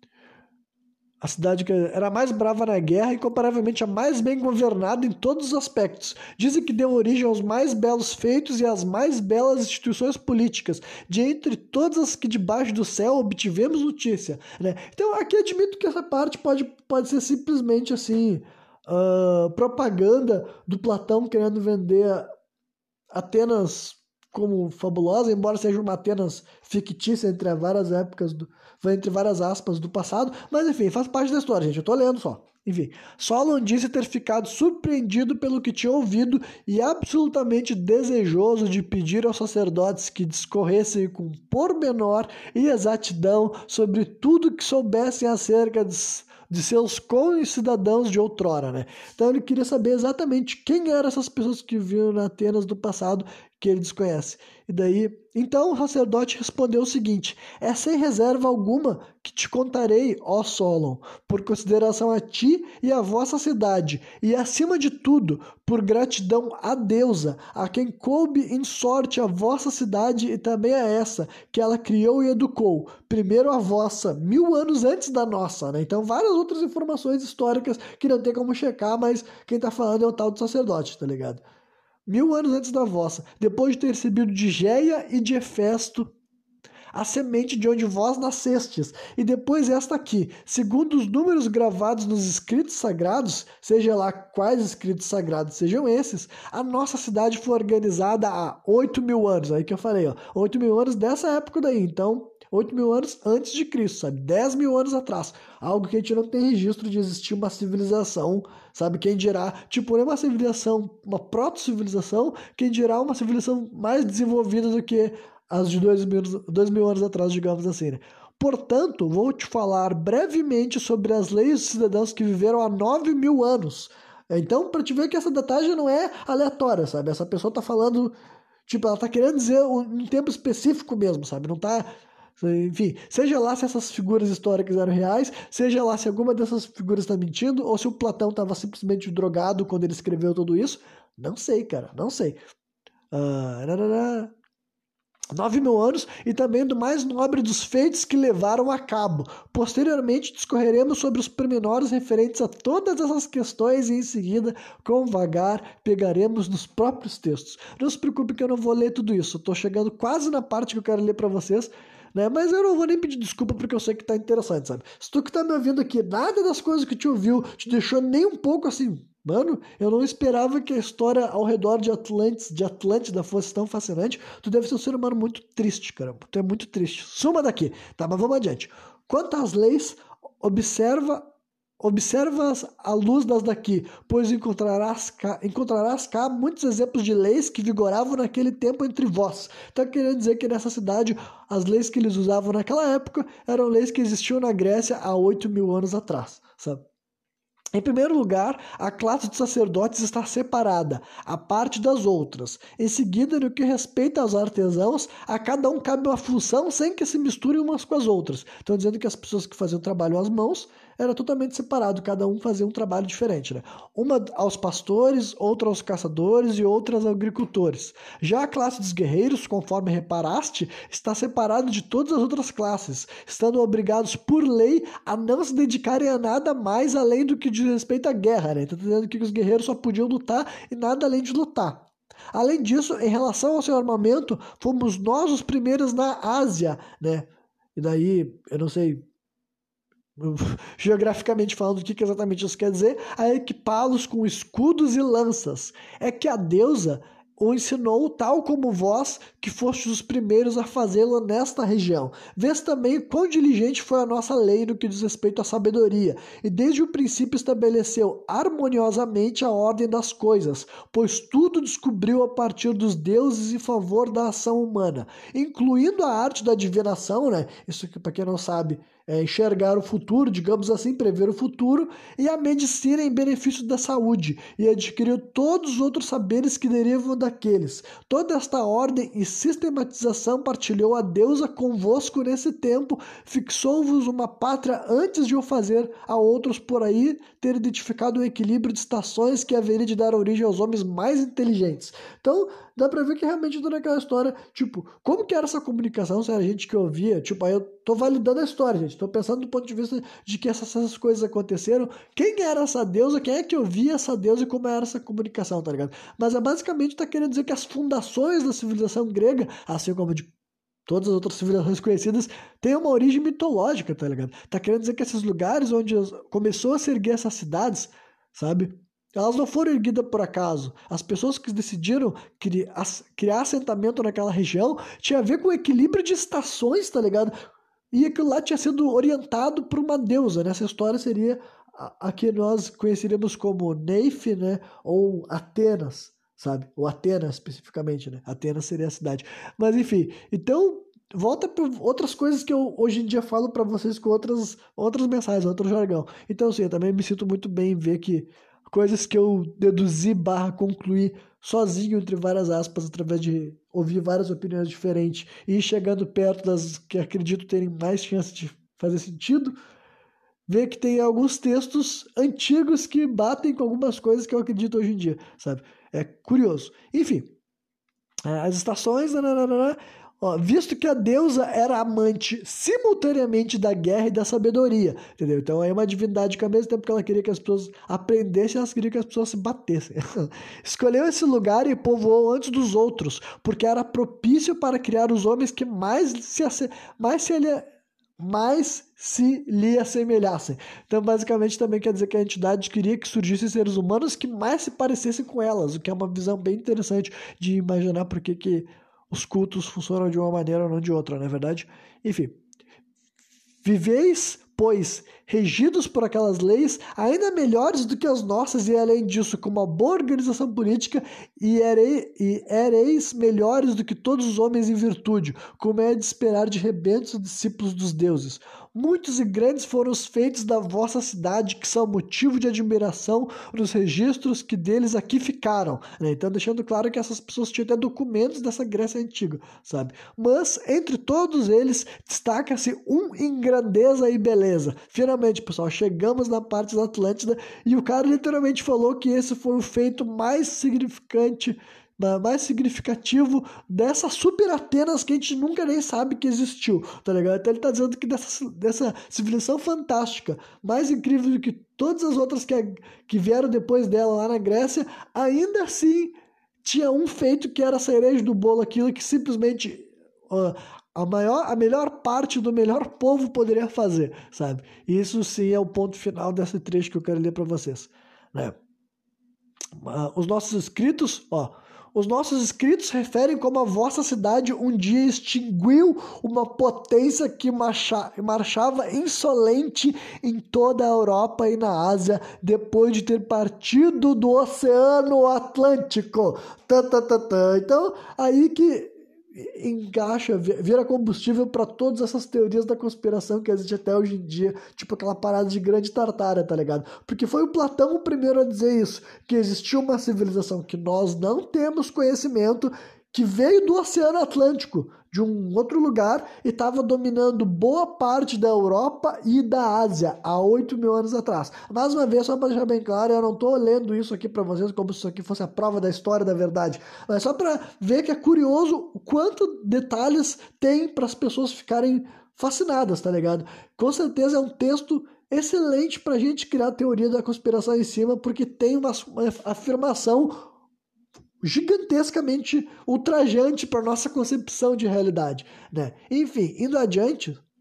A cidade que era a mais brava na guerra e comparavelmente a mais bem governada em todos os aspectos. Dizem que deu origem aos mais belos feitos e às mais belas instituições políticas, de entre todas as que debaixo do céu obtivemos notícia, né? Então aqui admito que essa parte pode, pode ser simplesmente assim, uh, propaganda do Platão querendo vender Atenas como fabulosa, embora seja uma Atenas fictícia entre várias épocas, do, entre várias aspas do passado, mas enfim, faz parte da história, gente, eu tô lendo só. Enfim, Solon disse ter ficado surpreendido pelo que tinha ouvido e absolutamente desejoso de pedir aos sacerdotes que discorressem com pormenor e exatidão sobre tudo que soubessem acerca de, de seus concidadãos de outrora, né? Então ele queria saber exatamente quem eram essas pessoas que viviam na Atenas do passado que ele desconhece. E daí, então o sacerdote respondeu o seguinte: é sem reserva alguma que te contarei, ó Solon, por consideração a ti e a vossa cidade, e acima de tudo, por gratidão à deusa, a quem coube em sorte a vossa cidade e também a essa, que ela criou e educou, primeiro a vossa, mil anos antes da nossa, né? Então várias outras informações históricas que não tem como checar, mas quem tá falando é o tal do sacerdote, tá ligado? Mil anos antes da vossa, depois de ter recebido de Géia e de Hefesto a semente de onde vós nascestes, e depois esta aqui, segundo os números gravados nos escritos sagrados, seja lá quais escritos sagrados sejam esses, a nossa cidade foi organizada há oito mil anos, aí que eu falei, ó, oito mil anos dessa época daí, então oito mil anos antes de Cristo, sabe? dez mil anos atrás. Algo que a gente não tem registro de existir uma civilização, sabe? Quem dirá, tipo, não é uma civilização, uma proto-civilização, quem dirá uma civilização mais desenvolvida do que as de dois mil, dois mil anos atrás, digamos assim, né? Portanto, vou te falar brevemente sobre as leis dos cidadãos que viveram há nove mil anos. Então, para te ver que essa datagem não é aleatória, sabe? Essa pessoa tá falando, tipo, ela tá querendo dizer um tempo específico mesmo, sabe? Não tá... Enfim, seja lá se essas figuras históricas eram reais, seja lá se alguma dessas figuras está mentindo, ou se o Platão estava simplesmente drogado quando ele escreveu tudo isso. Não sei, cara, não sei. Uh, Nove mil anos e também do mais nobre dos feitos que levaram a cabo. Posteriormente discorreremos sobre os pormenores referentes a todas essas questões e em seguida, com vagar, pegaremos nos próprios textos. Não se preocupe que eu não vou ler tudo isso, estou chegando quase na parte que eu quero ler para vocês, né? Mas eu não vou nem pedir desculpa porque eu sei que tá interessante, sabe? Se tu que tá me ouvindo aqui, nada das coisas que te ouviu te deixou nem um pouco assim... Mano, eu não esperava que a história ao redor de Atlantis, de Atlântida fosse tão fascinante. Tu deve ser um ser humano muito triste, cara. Tu é muito triste. Suma daqui. Tá, mas vamos adiante. Quanto às leis, observa... Observa-as à luz das daqui, pois encontrarás cá, encontrarás cá muitos exemplos de leis que vigoravam naquele tempo entre vós. Então, querendo dizer que nessa cidade, as leis que eles usavam naquela época eram leis que existiam na Grécia há oito mil anos atrás, sabe? Em primeiro lugar, a classe de sacerdotes está separada, à parte das outras. Em seguida, no que respeita aos artesãos, a cada um cabe uma função sem que se misturem umas com as outras. Estão dizendo que as pessoas que faziam trabalho às mãos era totalmente separado, cada um fazia um trabalho diferente, né? Uma aos pastores, outra aos caçadores e outra aos agricultores. Já a classe dos guerreiros, conforme reparaste, está separada de todas as outras classes, estando obrigados por lei a não se dedicarem a nada mais além do que diz respeito à guerra, né? Então, dizendo que os guerreiros só podiam lutar e nada além de lutar. Além disso, em relação ao seu armamento, fomos nós os primeiros na Ásia, né? E daí, eu não sei... geograficamente falando, o que exatamente isso quer dizer, a equipá-los com escudos e lanças. É que a deusa o ensinou, tal como vós, que fostes os primeiros a fazê-lo nesta região. Vês também quão diligente foi a nossa lei no que diz respeito à sabedoria, e desde o princípio estabeleceu harmoniosamente a ordem das coisas, pois tudo descobriu a partir dos deuses em favor da ação humana, incluindo a arte da adivinação, né? Isso que, para quem não sabe, é enxergar o futuro, digamos assim, prever o futuro, e a medicina em benefício da saúde, e adquiriu todos os outros saberes que derivam daqueles. Toda esta ordem e sistematização partilhou a deusa convosco nesse tempo, fixou-vos uma pátria antes de o fazer a outros por aí ter identificado um equilíbrio de estações que haveria de dar origem aos homens mais inteligentes. Então, dá pra ver que realmente toda aquela história, tipo, como que era essa comunicação, se era gente que ouvia, tipo, aí eu tô validando a história, gente, tô pensando do ponto de vista de que essas, essas coisas aconteceram, quem era essa deusa, quem é que ouvia essa deusa e como era essa comunicação, tá ligado? Mas é basicamente tá querendo dizer que as fundações da civilização grega, assim como de todas as outras civilizações conhecidas, têm uma origem mitológica, tá ligado? Tá querendo dizer que esses lugares onde começou a se erguer essas cidades, sabe? Elas não foram erguidas por acaso. As pessoas que decidiram criar, criar assentamento naquela região tinha a ver com o equilíbrio de estações, tá ligado? E aquilo lá tinha sido orientado por uma deusa. Nessa história seria a, a que nós conheceríamos como Neith, né? Ou Atenas, sabe? Ou Atenas, especificamente, né? Atenas seria a cidade. Mas, enfim. Então, volta para outras coisas que eu hoje em dia falo para vocês com outras, outras mensagens, outro jargão. Então, assim, eu também me sinto muito bem em ver que coisas que eu deduzi barra concluí sozinho, entre várias aspas, através de ouvir várias opiniões diferentes e ir chegando perto das que acredito terem mais chance de fazer sentido, ver que tem alguns textos antigos que batem com algumas coisas que eu acredito hoje em dia, sabe? É curioso. Enfim, as estações, nananana, ó, visto que a deusa era amante simultaneamente da guerra e da sabedoria, entendeu? Então é uma divindade que ao mesmo tempo que ela queria que as pessoas aprendessem, ela queria que as pessoas se batessem. Escolheu esse lugar e povoou antes dos outros, porque era propício para criar os homens que mais se, mais se mais se lhe assemelhassem. Então, basicamente, também quer dizer que a entidade queria que surgissem seres humanos que mais se parecessem com elas, o que é uma visão bem interessante de imaginar por que que os cultos funcionam de uma maneira ou não de outra, não é verdade? Enfim. Viveis, pois, regidos por aquelas leis, ainda melhores do que as nossas, e além disso, com uma boa organização política, e, erei, e ereis melhores do que todos os homens em virtude, como é de esperar de rebentos discípulos dos deuses. Muitos e grandes foram os feitos da vossa cidade, que são motivo de admiração nos registros que deles aqui ficaram. Né? Então, deixando claro que essas pessoas tinham até documentos dessa Grécia antiga, sabe? Mas, entre todos eles, destaca-se um em grandeza e beleza. Finalmente, pessoal, chegamos na parte da Atlântida e o cara literalmente falou que esse foi o feito mais significante, mais significativo dessa super Atenas que a gente nunca nem sabe que existiu, tá ligado? Então ele tá dizendo que dessa, dessa civilização fantástica, mais incrível do que todas as outras que, que vieram depois dela lá na Grécia, ainda assim tinha um feito que era a cereja do bolo, aquilo que simplesmente uh, a, maior, a melhor parte do melhor povo poderia fazer, sabe? E isso sim é o ponto final desse trecho que eu quero ler para vocês, né? Uh, os nossos escritos, ó, os nossos escritos referem como a vossa cidade um dia extinguiu uma potência que marcha, marchava insolente em toda a Europa e na Ásia, depois de ter partido do Oceano Atlântico. Tá, tá, tá, tá. Então, aí que encaixa, vira combustível para todas essas teorias da conspiração que existe até hoje em dia, tipo aquela parada de grande tartária, tá ligado? Porque foi o Platão o primeiro a dizer isso, que existiu uma civilização que nós não temos conhecimento, que veio do Oceano Atlântico, de um outro lugar, e estava dominando boa parte da Europa e da Ásia, há oito mil anos atrás. Mais uma vez, só para deixar bem claro, eu não estou lendo isso aqui para vocês como se isso aqui fosse a prova da história da verdade, mas só para ver que é curioso o quanto detalhes tem para as pessoas ficarem fascinadas, tá ligado? Com certeza é um texto excelente para a gente criar a teoria da conspiração em cima, porque tem uma, uma afirmação gigantescamente ultrajante para nossa concepção de realidade, né? Enfim, indo adiante,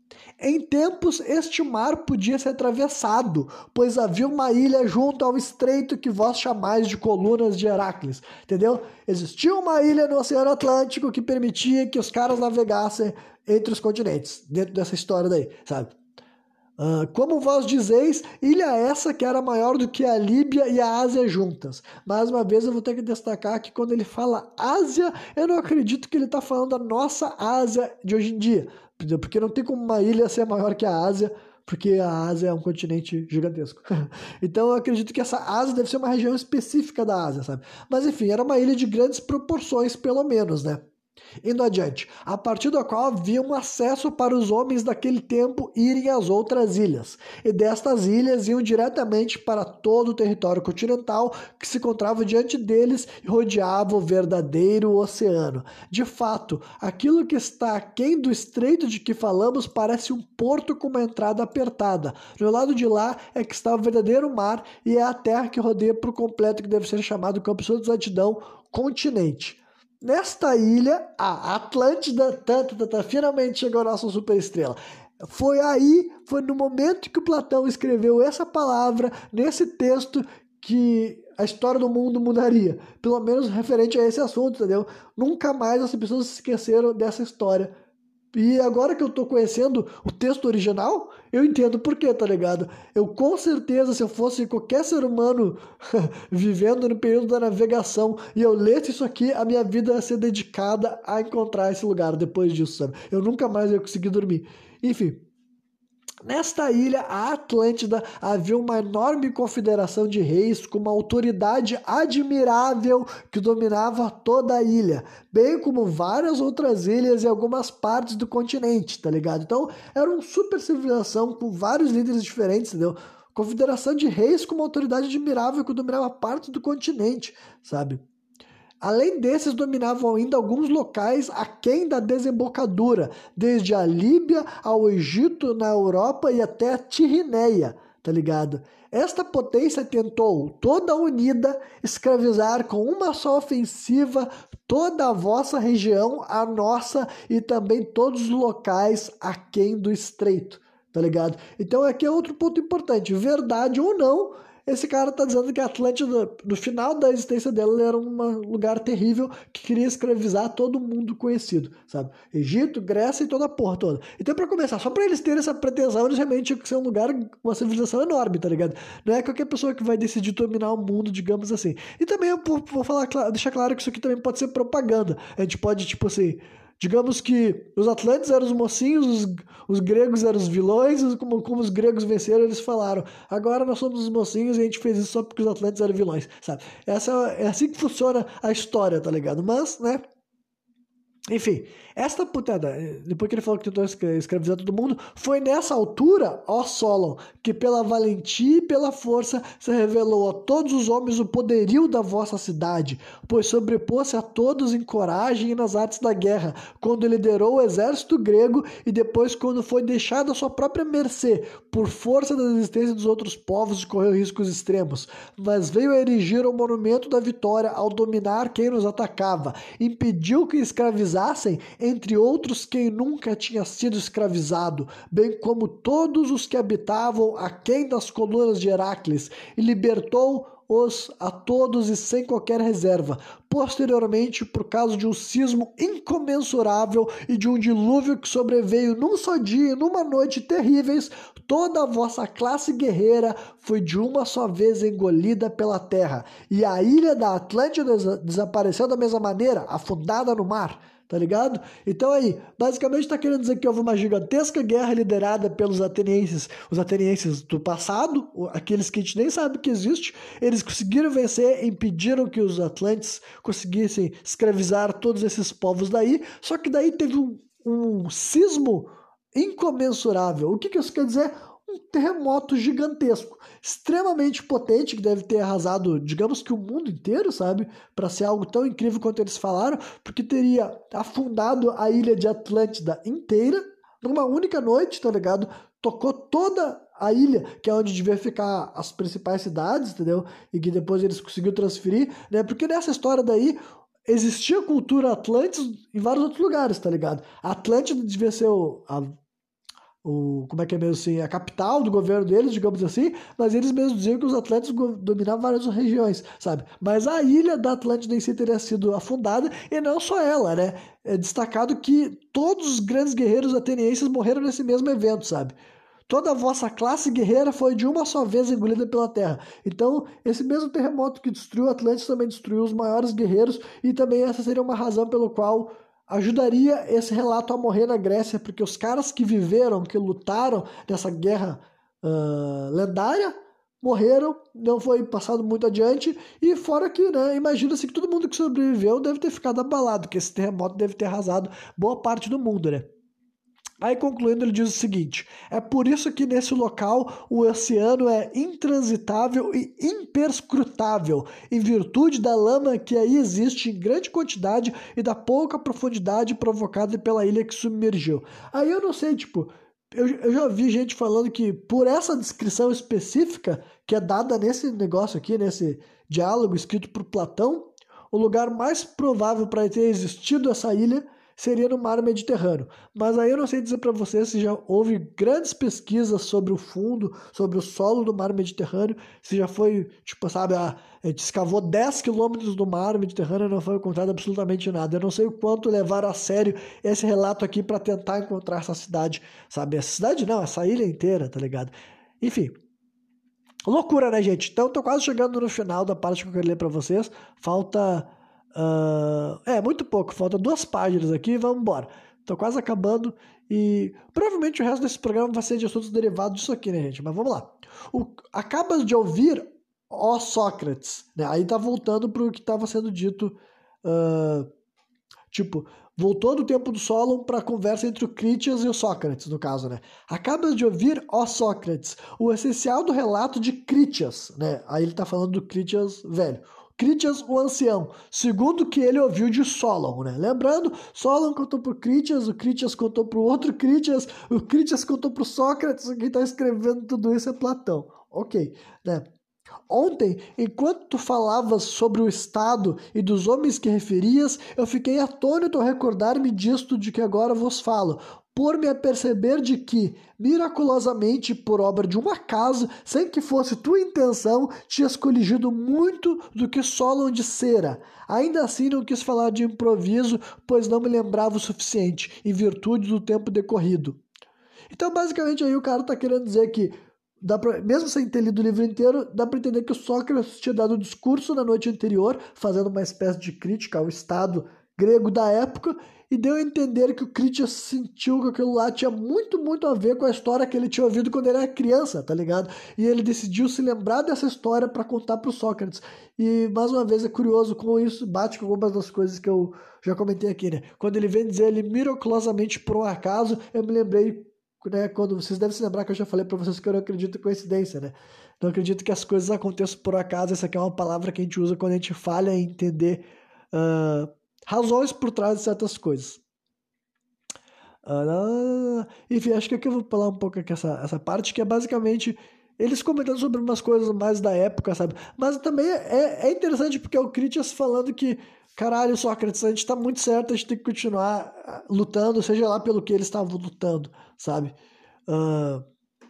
Em tempos, este mar podia ser atravessado, pois havia uma ilha junto ao estreito que vós chamais de colunas de Heráclis, entendeu? Existia uma ilha no Oceano Atlântico que permitia que os caras navegassem entre os continentes, dentro dessa história daí, sabe? Uh, como vós dizeis, ilha essa que era maior do que a Líbia e a Ásia juntas. Mais uma vez eu vou ter que destacar que quando ele fala Ásia, eu não acredito que ele está falando da nossa Ásia de hoje em dia, porque não tem como uma ilha ser maior que a Ásia, porque a Ásia é um continente gigantesco. Então eu acredito que essa Ásia deve ser uma região específica da Ásia, sabe? Mas enfim, era uma ilha de grandes proporções, pelo menos, né? Indo adiante, a partir da qual havia um acesso para os homens daquele tempo irem às outras ilhas, e destas ilhas iam diretamente para todo o território continental que se encontrava diante deles e rodeava o verdadeiro oceano. De fato, aquilo que está aquém do estreito de que falamos parece um porto com uma entrada apertada. No lado de lá é que está o verdadeiro mar e é a terra que rodeia por completo, que deve ser chamado, com absoluta exatidão, continente. Nesta ilha, a Atlântida, tanta, tanta, finalmente chegou a nossa superestrela. Foi aí, foi no momento que o Platão escreveu essa palavra, nesse texto, que a história do mundo mudaria. Pelo menos referente a esse assunto, entendeu? Nunca mais as pessoas se esqueceram dessa história. E agora que eu tô conhecendo o texto original, eu entendo por quê, tá ligado? Eu com certeza, se eu fosse qualquer ser humano vivendo no período da navegação e eu lesse isso aqui, a minha vida ia ser dedicada a encontrar esse lugar depois disso, sabe? Eu nunca mais ia conseguir dormir. Enfim. Nesta ilha, a Atlântida, havia uma enorme confederação de reis com uma autoridade admirável que dominava toda a ilha, bem como várias outras ilhas e algumas partes do continente, tá ligado? Então, era uma super civilização com vários líderes diferentes, entendeu? Confederação de reis com uma autoridade admirável que dominava parte do continente, sabe? Além desses, dominavam ainda alguns locais aquém da desembocadura, desde a Líbia ao Egito na Europa e até a Tirineia, tá ligado? Esta potência tentou, toda unida, escravizar com uma só ofensiva toda a vossa região, a nossa e também todos os locais aquém do estreito, tá ligado? Então aqui é outro ponto importante, verdade ou não, esse cara tá dizendo que a Atlântida, no final da existência dela, era um lugar terrível que queria escravizar todo mundo conhecido, sabe? Egito, Grécia e toda a porra toda. Então, pra começar, só pra eles terem essa pretensão, eles realmente tinham que ser um lugar, uma civilização enorme, tá ligado? Não é qualquer pessoa que vai decidir dominar o mundo, digamos assim. E também eu vou falar, deixar claro que isso aqui também pode ser propaganda. A gente pode, tipo assim... Digamos que os atlantes eram os mocinhos, os, os gregos eram os vilões, como, como os gregos venceram, eles falaram, agora nós somos os mocinhos e a gente fez isso só porque os atlantes eram vilões, sabe? Essa, é assim que funciona a história, tá ligado? Mas, né... Enfim, esta putada, depois que ele falou que tentou escravizar todo mundo, foi nessa altura, ó Solon, que pela valentia e pela força se revelou a todos os homens o poderio da vossa cidade, pois sobrepôs-se a todos em coragem e nas artes da guerra, quando liderou o exército grego e depois quando foi deixado à sua própria mercê, por força da resistência dos outros povos e correu riscos extremos, mas veio a erigir o monumento da vitória ao dominar quem nos atacava, impediu que escravizassem entre outros quem nunca tinha sido escravizado, bem como todos os que habitavam aquém das colunas de Heráclis, e libertou-os a todos e sem qualquer reserva. Posteriormente, por causa de um sismo incomensurável e de um dilúvio que sobreveio num só dia e numa noite terríveis, toda a vossa classe guerreira foi de uma só vez engolida pela terra, e a ilha da Atlântida desapareceu da mesma maneira, afundada no mar. Tá ligado? Então aí, basicamente tá querendo dizer que houve uma gigantesca guerra liderada pelos atenienses, os atenienses do passado, aqueles que a gente nem sabe que existe, eles conseguiram vencer, impediram que os atlantes conseguissem escravizar todos esses povos daí, só que daí teve um, um sismo incomensurável. O que que isso quer dizer? Um terremoto gigantesco, extremamente potente, que deve ter arrasado, digamos que o mundo inteiro, sabe? Para ser algo tão incrível quanto eles falaram, porque teria afundado a ilha de Atlântida inteira numa única noite, tá ligado? Tocou toda a ilha, que é onde devia ficar as principais cidades, entendeu? E que depois eles conseguiram transferir, né? Porque nessa história daí existia cultura Atlantis em vários outros lugares, tá ligado? A Atlântida devia ser o... A o, como é que é mesmo assim, a capital do governo deles, digamos assim, mas eles mesmos diziam que os Atlantes dominavam várias regiões, sabe? Mas a ilha da Atlântida em si teria sido afundada, e não só ela, né? É destacado que todos os grandes guerreiros atenienses morreram nesse mesmo evento, sabe? Toda a vossa classe guerreira foi de uma só vez engolida pela terra. Então, esse mesmo terremoto que destruiu Atlantis também destruiu os maiores guerreiros, e também essa seria uma razão pelo qual ajudaria esse relato a morrer na Grécia, porque os caras que viveram, que lutaram nessa guerra uh, lendária, morreram, não foi passado muito adiante, e fora que, né, imagina-se que todo mundo que sobreviveu deve ter ficado abalado, que esse terremoto deve ter arrasado boa parte do mundo, né? Aí, concluindo, ele diz o seguinte: é por isso que nesse local o oceano é intransitável e imperscrutável, em virtude da lama que aí existe em grande quantidade e da pouca profundidade provocada pela ilha que submergiu. Aí eu não sei, tipo, eu, eu já vi gente falando que por essa descrição específica que é dada nesse negócio aqui, nesse diálogo escrito por Platão, o lugar mais provável para ter existido essa ilha seria no mar Mediterrâneo. Mas aí eu não sei dizer para você se já houve grandes pesquisas sobre o fundo, sobre o solo do mar Mediterrâneo, se já foi, tipo, sabe, a, a gente escavou dez quilômetros do mar Mediterrâneo e não foi encontrado absolutamente nada. Eu não sei o quanto levaram a sério esse relato aqui para tentar encontrar essa cidade, sabe? Essa cidade não, essa ilha inteira, tá ligado? Enfim, loucura, né, gente? Então, tô quase chegando no final da parte que eu quero ler para vocês. Falta... Uh, é, muito pouco, falta duas páginas aqui, vamos embora. Tô quase acabando e provavelmente o resto desse programa vai ser de assuntos derivados disso aqui, né, gente? Mas vamos lá. O, acabas de ouvir, ó Sócrates, né? Aí tá voltando pro que estava sendo dito, uh, tipo, voltou do tempo do Solon para a conversa entre o Critias e o Sócrates, no caso, né? Acabas de ouvir, ó Sócrates, o essencial do relato de Critias, né? Aí ele tá falando do Critias velho. Critias, o ancião, segundo o que ele ouviu de Solon, né? Lembrando, Solon contou pro Critias, o Critias contou pro outro Critias, o Critias contou pro Sócrates, quem está escrevendo tudo isso é Platão. Ok, né? Ontem, enquanto tu falavas sobre o Estado e dos homens que referias, eu fiquei atônito ao recordar-me disto de que agora vos falo, por me aperceber de que, miraculosamente, por obra de um acaso, sem que fosse tua intenção, tinhas coligido muito do que Solon dissera. Ainda assim não quis falar de improviso, pois não me lembrava o suficiente, em virtude do tempo decorrido. Então, basicamente, aí o cara tá querendo dizer que Dá pra, mesmo sem ter lido o livro inteiro, dá para entender que o Sócrates tinha dado um discurso na noite anterior, fazendo uma espécie de crítica ao Estado grego da época, e deu a entender que o Critias sentiu que aquilo lá tinha muito, muito a ver com a história que ele tinha ouvido quando ele era criança, tá ligado? E ele decidiu se lembrar dessa história para contar pro Sócrates. E, mais uma vez, é curioso como isso bate com algumas das coisas que eu já comentei aqui, né? Quando ele vem dizer ele miraculosamente por um acaso, eu me lembrei, né, quando vocês devem se lembrar que eu já falei para vocês que eu não acredito em coincidência, né? Não acredito que as coisas aconteçam por acaso. Essa aqui é uma palavra que a gente usa quando a gente falha em entender uh, razões por trás de certas coisas. Uh, enfim, acho que aqui eu vou falar um pouco aqui essa, essa parte, que é basicamente eles comentando sobre umas coisas mais da época, sabe? Mas também é, é interessante porque é o Critias falando que caralho, Sócrates, a gente tá muito certo, a gente tem que continuar lutando, seja lá pelo que eles estavam lutando, sabe? Uh...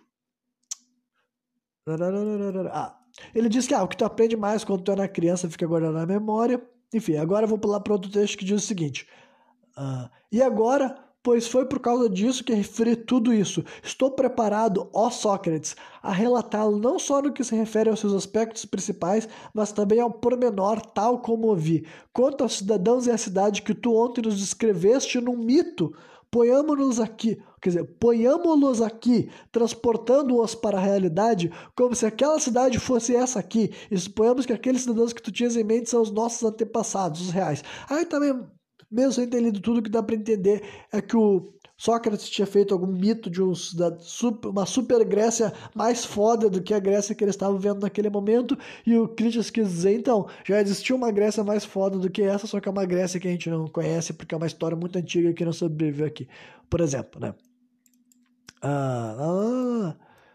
Ah, ele diz que ah, o que tu aprende mais quando tu é na criança fica guardado na memória. Enfim, agora eu vou pular para outro texto que diz o seguinte. Uh... E agora, pois foi por causa disso que referi tudo isso. Estou preparado, ó Sócrates, a relatá-lo não só no que se refere aos seus aspectos principais, mas também ao pormenor, tal como ouvi. Quanto aos cidadãos e à cidade que tu ontem nos descreveste num mito, ponhamo-nos aqui, quer dizer, ponhamo-los aqui, transportando-os para a realidade, como se aquela cidade fosse essa aqui, e suponhamos que aqueles cidadãos que tu tinhas em mente são os nossos antepassados, os reais. Aí também, mesmo sem ter lido tudo, que dá para entender é que o Sócrates tinha feito algum mito de uns, da, super, uma super Grécia mais foda do que a Grécia que eles estavam vendo naquele momento, e o Critias quis dizer, então, já existiu uma Grécia mais foda do que essa, só que é uma Grécia que a gente não conhece, porque é uma história muito antiga que não sobreviveu aqui, por exemplo, né? Ah, ah,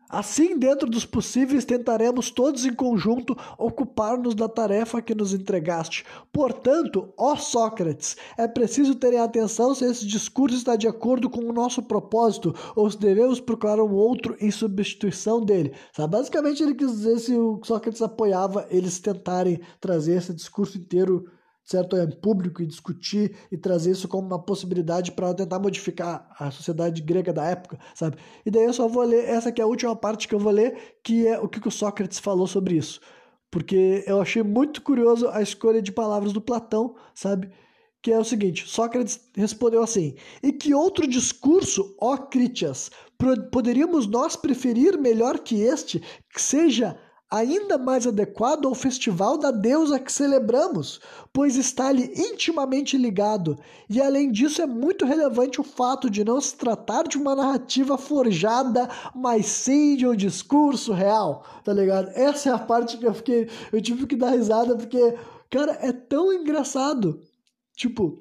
Assim, dentro dos possíveis, tentaremos todos em conjunto ocupar-nos da tarefa que nos entregaste. Portanto, ó Sócrates, é preciso terem atenção se esse discurso está de acordo com o nosso propósito ou se devemos procurar um outro em substituição dele. Sabe? Basicamente, ele quis dizer se o Sócrates apoiava eles tentarem trazer esse discurso inteiro, certo, em público, e discutir e trazer isso como uma possibilidade para tentar modificar a sociedade grega da época, sabe? E daí eu só vou ler, essa aqui é a última parte que eu vou ler, que é o que o Sócrates falou sobre isso. Porque eu achei muito curioso a escolha de palavras do Platão, sabe? Que é o seguinte, Sócrates respondeu assim: e que outro discurso, ó Critias, poderíamos nós preferir melhor que este, que seja ainda mais adequado ao festival da deusa que celebramos, pois está-lhe intimamente ligado, e além disso é muito relevante o fato de não se tratar de uma narrativa forjada, mas sim de um discurso real, tá ligado? Essa é a parte que eu fiquei, eu tive que dar risada, porque, cara, é tão engraçado, tipo,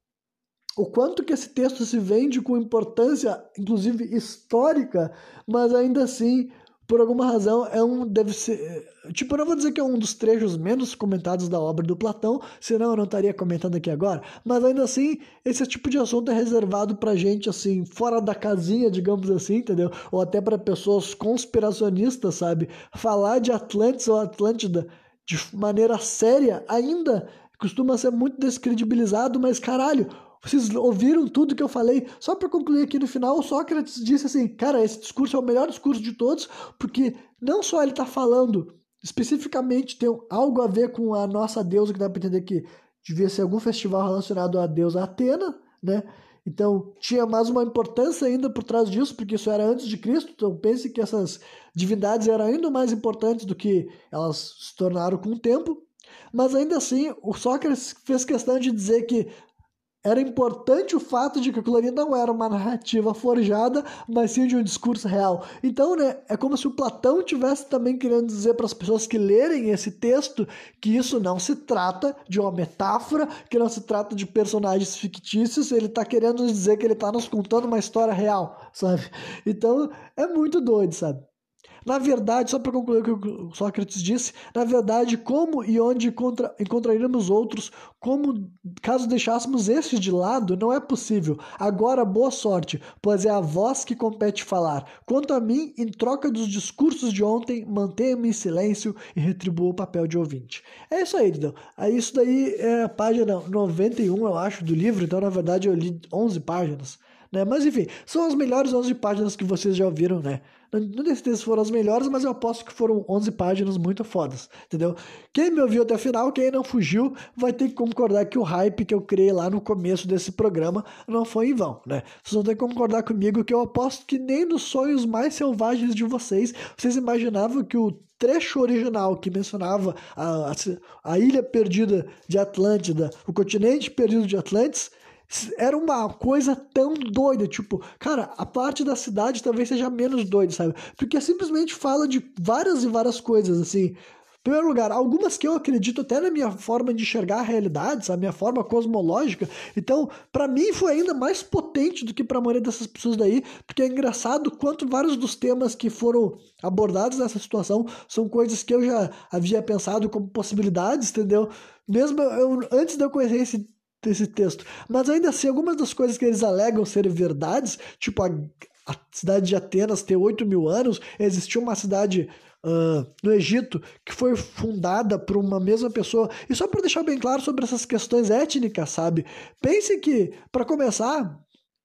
o quanto que esse texto se vende com importância, inclusive histórica, mas ainda assim, por alguma razão, é um, deve ser, tipo, eu não vou dizer que é um dos trechos menos comentados da obra do Platão, senão eu não estaria comentando aqui agora, mas ainda assim, esse tipo de assunto é reservado pra gente, assim, fora da casinha, digamos assim, entendeu? Ou até para pessoas conspiracionistas, sabe? Falar de Atlantis ou Atlântida de maneira séria ainda costuma ser muito descredibilizado, mas caralho, vocês ouviram tudo que eu falei? Só para concluir aqui no final, o Sócrates disse assim, cara, esse discurso é o melhor discurso de todos, porque não só ele está falando especificamente, tem algo a ver com a nossa deusa, que dá para entender que devia ser algum festival relacionado à deusa Atena, né? Então, tinha mais uma importância ainda por trás disso, porque isso era antes de Cristo, então pense que essas divindades eram ainda mais importantes do que elas se tornaram com o tempo, mas ainda assim, o Sócrates fez questão de dizer que era importante o fato de que aquilo ali não era uma narrativa forjada, mas sim de um discurso real. Então, né, é como se o Platão tivesse também querendo dizer para as pessoas que lerem esse texto que isso não se trata de uma metáfora, que não se trata de personagens fictícios, ele está querendo nos dizer que ele está nos contando uma história real, sabe? Então, é muito doido, sabe? Na verdade, só para concluir o que o Sócrates disse, na verdade, como e onde encontra, encontraríamos outros, como caso deixássemos estes de lado, não é possível. Agora, boa sorte, pois é a vós que compete falar. Quanto a mim, em troca dos discursos de ontem, mantenha-me em silêncio e retribua o papel de ouvinte. É isso aí, então. Aí isso daí é a página noventa e um, eu acho, do livro, então, na verdade, eu li onze páginas. Né? Mas enfim, são as melhores onze páginas que vocês já ouviram, né? Não tenho certeza se foram as melhores, mas eu aposto que foram onze páginas muito fodas, entendeu? Quem me ouviu até o final, quem não fugiu, vai ter que concordar que o hype que eu criei lá no começo desse programa não foi em vão, né? Vocês vão ter que concordar comigo que eu aposto que nem nos sonhos mais selvagens de vocês, vocês imaginavam que o trecho original que mencionava a, a, a ilha perdida de Atlântida, o continente perdido de Atlantis, era uma coisa tão doida, tipo, cara, a parte da cidade talvez seja menos doida, sabe? Porque simplesmente fala de várias e várias coisas, assim. Em primeiro lugar, algumas que eu acredito até na minha forma de enxergar a realidade, a minha forma cosmológica. Então, pra mim foi ainda mais potente do que pra maioria dessas pessoas daí, porque é engraçado quanto vários dos temas que foram abordados nessa situação são coisas que eu já havia pensado como possibilidades, entendeu? Mesmo eu, antes de eu conhecer esse esse texto, mas ainda assim algumas das coisas que eles alegam serem verdades, tipo a, a cidade de Atenas ter oito mil anos, existiu uma cidade uh, no Egito que foi fundada por uma mesma pessoa, e só para deixar bem claro sobre essas questões étnicas, sabe, pense que, para começar,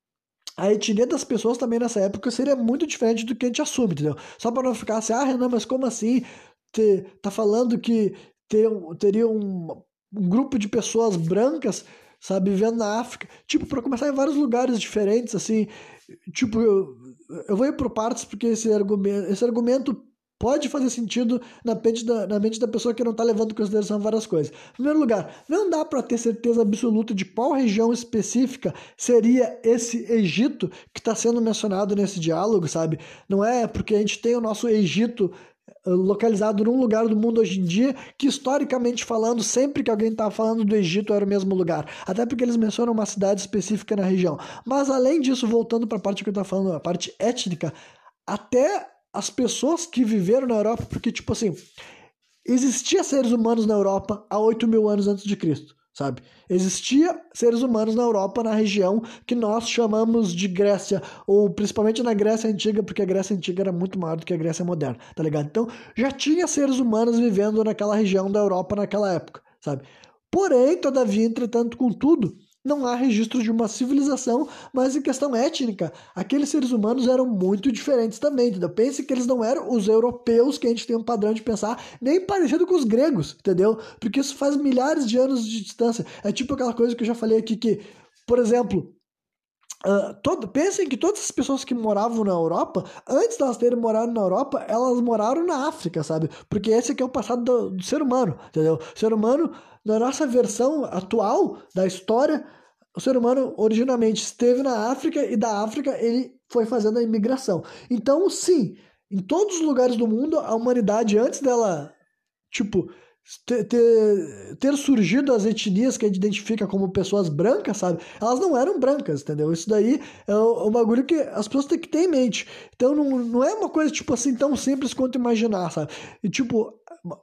a etnia das pessoas também nessa época seria muito diferente do que a gente assume, entendeu? Só para não ficar assim, ah, Renan, mas como assim? Te, tá falando que ter, teria um, um grupo de pessoas brancas, sabe, vivendo na África, tipo, para começar em vários lugares diferentes, assim, tipo, eu, eu vou ir por partes porque esse argumento, esse argumento pode fazer sentido na mente, da, na mente da pessoa que não está levando em consideração várias coisas. Em primeiro lugar, não dá para ter certeza absoluta de qual região específica seria esse Egito que está sendo mencionado nesse diálogo, sabe? Não é porque a gente tem o nosso Egito localizado num lugar do mundo hoje em dia, que historicamente falando, sempre que alguém estava falando do Egito era o mesmo lugar, até porque eles mencionam uma cidade específica na região. Mas além disso, voltando para a parte que eu estava falando, a parte étnica, até as pessoas que viveram na Europa, porque, tipo assim, existia seres humanos na Europa há oito mil anos antes de Cristo, sabe? Existia seres humanos na Europa, na região que nós chamamos de Grécia, ou principalmente na Grécia Antiga, porque a Grécia Antiga era muito maior do que a Grécia moderna, tá ligado? Então, já tinha seres humanos vivendo naquela região da Europa naquela época, sabe? Porém, todavia, entretanto, contudo, não há registro de uma civilização, mas em questão étnica, aqueles seres humanos eram muito diferentes também, entendeu? Pense que eles não eram os europeus que a gente tem um padrão de pensar, nem parecido com os gregos, entendeu? Porque isso faz milhares de anos de distância. É tipo aquela coisa que eu já falei aqui que, por exemplo, Uh, todo, pensem que todas as pessoas que moravam na Europa, antes de elas terem morado na Europa, elas moraram na África, sabe? Porque esse aqui é o passado do, do ser humano, entendeu? O ser humano, na nossa versão atual da história, o ser humano originalmente esteve na África e da África ele foi fazendo a imigração. Então, sim, em todos os lugares do mundo, a humanidade, antes dela, tipo... Ter, ter, ter surgido as etnias que a gente identifica como pessoas brancas, sabe? Elas não eram brancas, entendeu? Isso daí é um, um bagulho que as pessoas têm que ter em mente. Então não, não é uma coisa, tipo assim, tão simples quanto imaginar, sabe? E, tipo,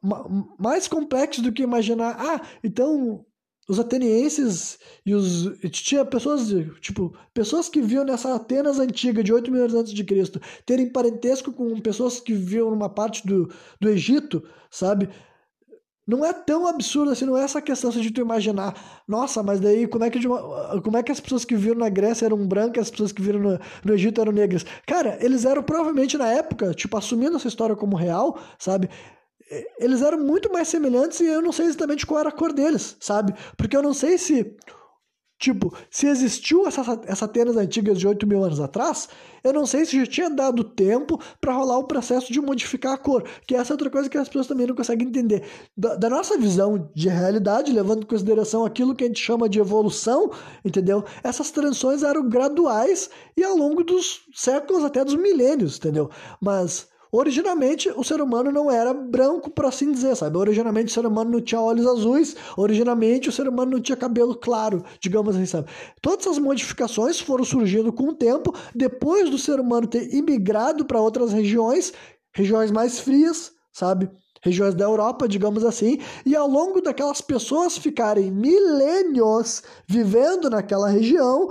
mais complexo do que imaginar. Ah, então os atenienses e os... Tinha pessoas, tipo, pessoas que viviam nessa Atenas antiga de oito mil anos antes de Cristo terem parentesco com pessoas que viviam numa parte do, do Egito, sabe? Não é tão absurdo assim, não é essa questão de tu imaginar, nossa, mas daí como é que, como é que as pessoas que viveram na Grécia eram brancas, as pessoas que viveram no, no Egito eram negras? Cara, eles eram provavelmente na época, tipo, assumindo essa história como real, sabe? Eles eram muito mais semelhantes e eu não sei exatamente qual era a cor deles, sabe? Porque eu não sei se... Tipo, se existiu essa, essa Atenas antigas de oito mil anos atrás, eu não sei se já tinha dado tempo para rolar o processo de modificar a cor, que essa é outra coisa que as pessoas também não conseguem entender. Da, da nossa visão de realidade, levando em consideração aquilo que a gente chama de evolução, entendeu? Essas transições eram graduais e ao longo dos séculos, até dos milênios, entendeu? Mas... Originalmente, o ser humano não era branco, por assim dizer, sabe? Originalmente, o ser humano não tinha olhos azuis. Originalmente, o ser humano não tinha cabelo claro, digamos assim, sabe? Todas essas modificações foram surgindo com o tempo, depois do ser humano ter imigrado para outras regiões, regiões mais frias, sabe? Regiões da Europa, digamos assim, e ao longo daquelas pessoas ficarem milênios vivendo naquela região,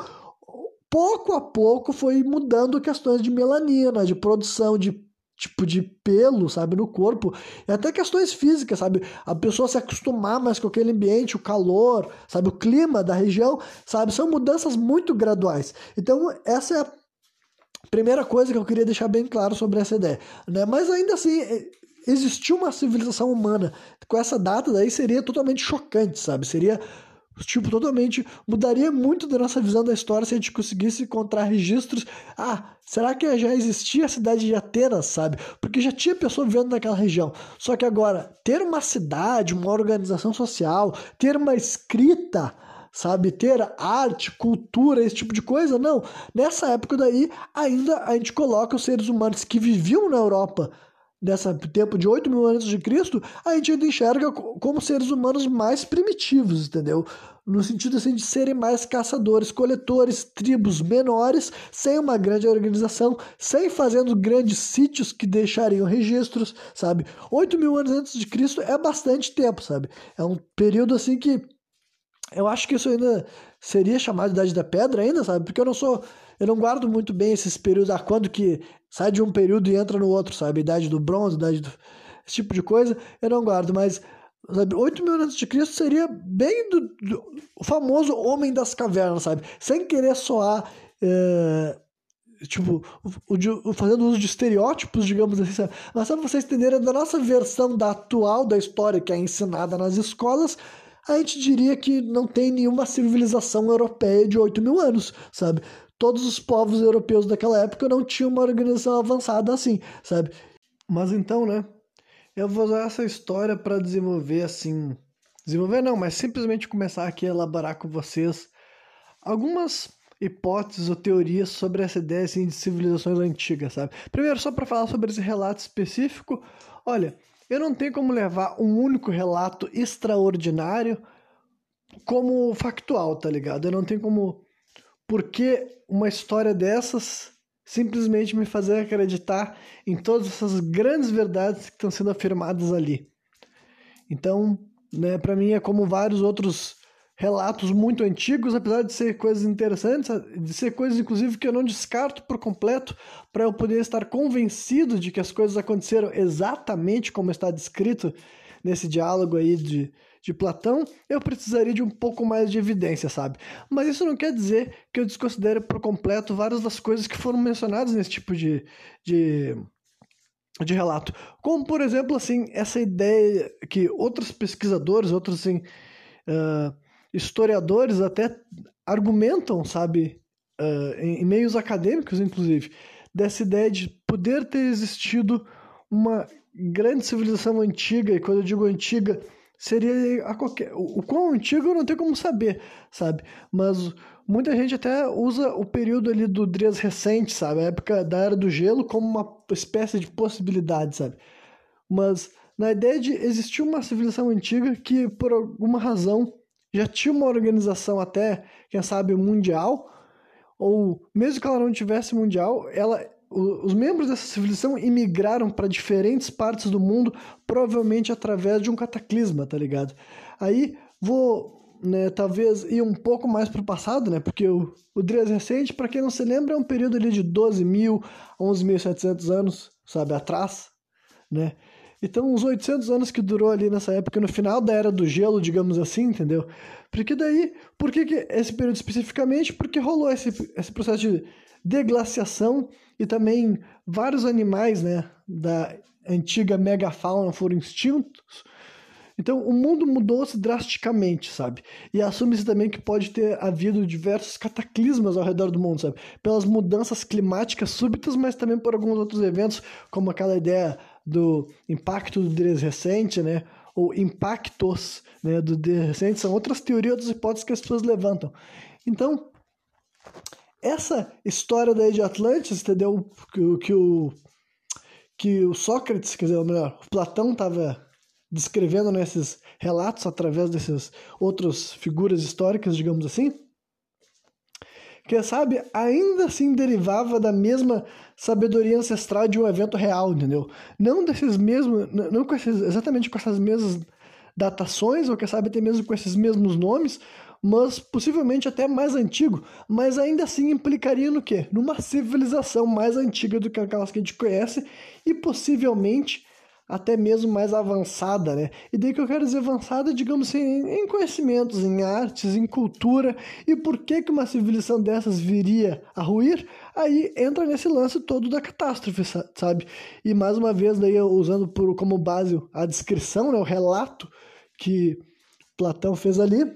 pouco a pouco foi mudando questões de melanina, de produção de tipo de pelo, sabe, no corpo, e até questões físicas, sabe, a pessoa se acostumar mais com aquele ambiente, o calor, sabe, o clima da região, sabe, são mudanças muito graduais. Então, essa é a primeira coisa que eu queria deixar bem claro sobre essa ideia, né, mas ainda assim, existiu uma civilização humana com essa data, daí seria totalmente chocante, sabe, seria... Tipo, totalmente mudaria muito da nossa visão da história se a gente conseguisse encontrar registros. Ah, será que já existia a cidade de Atenas, sabe? Porque já tinha pessoa vivendo naquela região. Só que agora, ter uma cidade, uma organização social, ter uma escrita, sabe? Ter arte, cultura, esse tipo de coisa, não. Nessa época daí, ainda a gente coloca os seres humanos que viviam na Europa nesse tempo de oito mil anos de Cristo, a gente ainda enxerga como seres humanos mais primitivos, entendeu? No sentido assim de serem mais caçadores, coletores, tribos menores, sem uma grande organização, sem fazendo grandes sítios que deixariam registros, sabe? oito mil anos antes de Cristo é bastante tempo, sabe? É um período assim que eu acho que isso ainda seria chamado de Idade da Pedra ainda, sabe? Porque eu não sou... Eu não guardo muito bem esses períodos, ah, quando que sai de um período e entra no outro, sabe? Idade do bronze, idade do... Esse tipo de coisa, eu não guardo, mas... Sabe, oito mil antes de Cristo seria bem do, do o famoso homem das cavernas, sabe? Sem querer soar... É... Tipo, o, o, fazendo uso de estereótipos, digamos assim, sabe? Mas só pra vocês entenderem, da nossa versão da atual da história, que é ensinada nas escolas, a gente diria que não tem nenhuma civilização europeia de oito mil anos, sabe? Todos os povos europeus daquela época não tinham uma organização avançada assim, sabe? Mas então, né? Eu vou usar essa história para desenvolver assim... Desenvolver não, mas simplesmente começar aqui a elaborar com vocês algumas hipóteses ou teorias sobre essa ideia assim, de civilizações antigas, sabe? Primeiro, só para falar sobre esse relato específico, olha... Eu não tenho como levar um único relato extraordinário como factual, tá ligado? Eu não tenho como... Porque uma história dessas simplesmente me fazer acreditar em todas essas grandes verdades que estão sendo afirmadas ali. Então, né, para mim é como vários outros relatos muito antigos, apesar de ser coisas interessantes, de ser coisas inclusive que eu não descarto por completo, para eu poder estar convencido de que as coisas aconteceram exatamente como está descrito nesse diálogo aí de, de Platão, eu precisaria de um pouco mais de evidência, sabe? Mas isso não quer dizer que eu desconsidere por completo várias das coisas que foram mencionadas nesse tipo de, de, de relato. Como, por exemplo, assim, essa ideia que outros pesquisadores, outros assim, uh, historiadores até argumentam, sabe, uh, em, em meios acadêmicos, inclusive, dessa ideia de poder ter existido uma grande civilização antiga, e quando eu digo antiga, seria a qualquer... O, o quão antigo eu não tenho como saber, sabe? Mas muita gente até usa o período ali do Dries recente, sabe? A época da Era do Gelo como uma espécie de possibilidade, sabe? Mas na ideia de existir uma civilização antiga que, por alguma razão, já tinha uma organização até, quem sabe, mundial, ou mesmo que ela não tivesse mundial, ela... os membros dessa civilização imigraram para diferentes partes do mundo, provavelmente através de um cataclisma, tá ligado? Aí vou, né, talvez ir um pouco mais para o passado, né? Porque o, o Dries recente, para quem não se lembra, é um período ali de doze mil a onze mil e setecentos anos, sabe, atrás, né? Então, uns oitocentos anos que durou ali nessa época, no final da Era do Gelo, digamos assim, entendeu? Porque daí, por que, que esse período especificamente? Porque rolou esse, esse processo de deglaciação e também vários animais, né, da antiga megafauna foram extintos. Então, o mundo mudou-se drasticamente, sabe? E assume-se também que pode ter havido diversos cataclismas ao redor do mundo, sabe? Pelas mudanças climáticas súbitas, mas também por alguns outros eventos, como aquela ideia do impacto do Dries recente, né? Ou impactos, né, do Dries recente, são outras teorias, outras hipóteses que as pessoas levantam. Então, essa história daí de Atlantis, entendeu? Que, que, o, que o Sócrates, quer dizer, ou melhor, o Platão estava descrevendo nesses relatos através dessas outras figuras históricas, digamos assim, que, sabe, ainda assim derivava da mesma sabedoria ancestral de um evento real, entendeu? Não desses mesmos, não com esses, exatamente com essas mesmas datações, ou que sabe até mesmo com esses mesmos nomes, mas possivelmente até mais antigo, mas ainda assim implicaria no quê? Numa civilização mais antiga do que aquelas que a gente conhece e possivelmente até mesmo mais avançada, né? E daí que eu quero dizer avançada, digamos assim, em conhecimentos, em artes, em cultura. E por que que uma civilização dessas viria a ruir? Aí entra nesse lance todo da catástrofe, sabe? E mais uma vez, daí usando por, como base a descrição, né, o relato que Platão fez ali,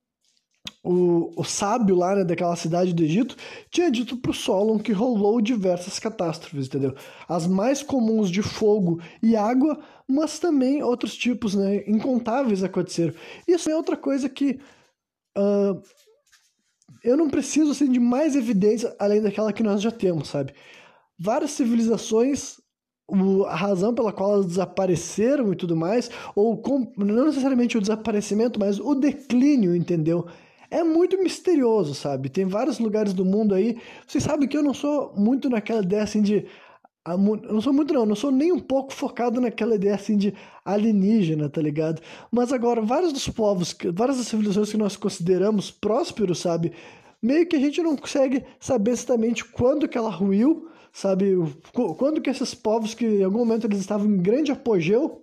O, o sábio lá, né, daquela cidade do Egito tinha dito pro Solon que rolou diversas catástrofes, entendeu? As mais comuns de fogo e água, mas também outros tipos, né, incontáveis aconteceram. Isso é outra coisa que uh, eu não preciso assim, de mais evidência além daquela que nós já temos, sabe? Várias civilizações, o, a razão pela qual elas desapareceram e tudo mais, ou com, não necessariamente o desaparecimento, mas o declínio, entendeu? É muito misterioso, sabe? Tem vários lugares do mundo aí. Vocês sabem que eu não sou muito naquela ideia assim de... Eu não sou muito não, não sou nem um pouco focado naquela ideia assim de alienígena, tá ligado? Mas agora, vários dos povos, várias das civilizações que nós consideramos prósperos, sabe? Meio que a gente não consegue saber exatamente quando que ela ruiu, sabe? Quando que esses povos que em algum momento eles estavam em grande apogeu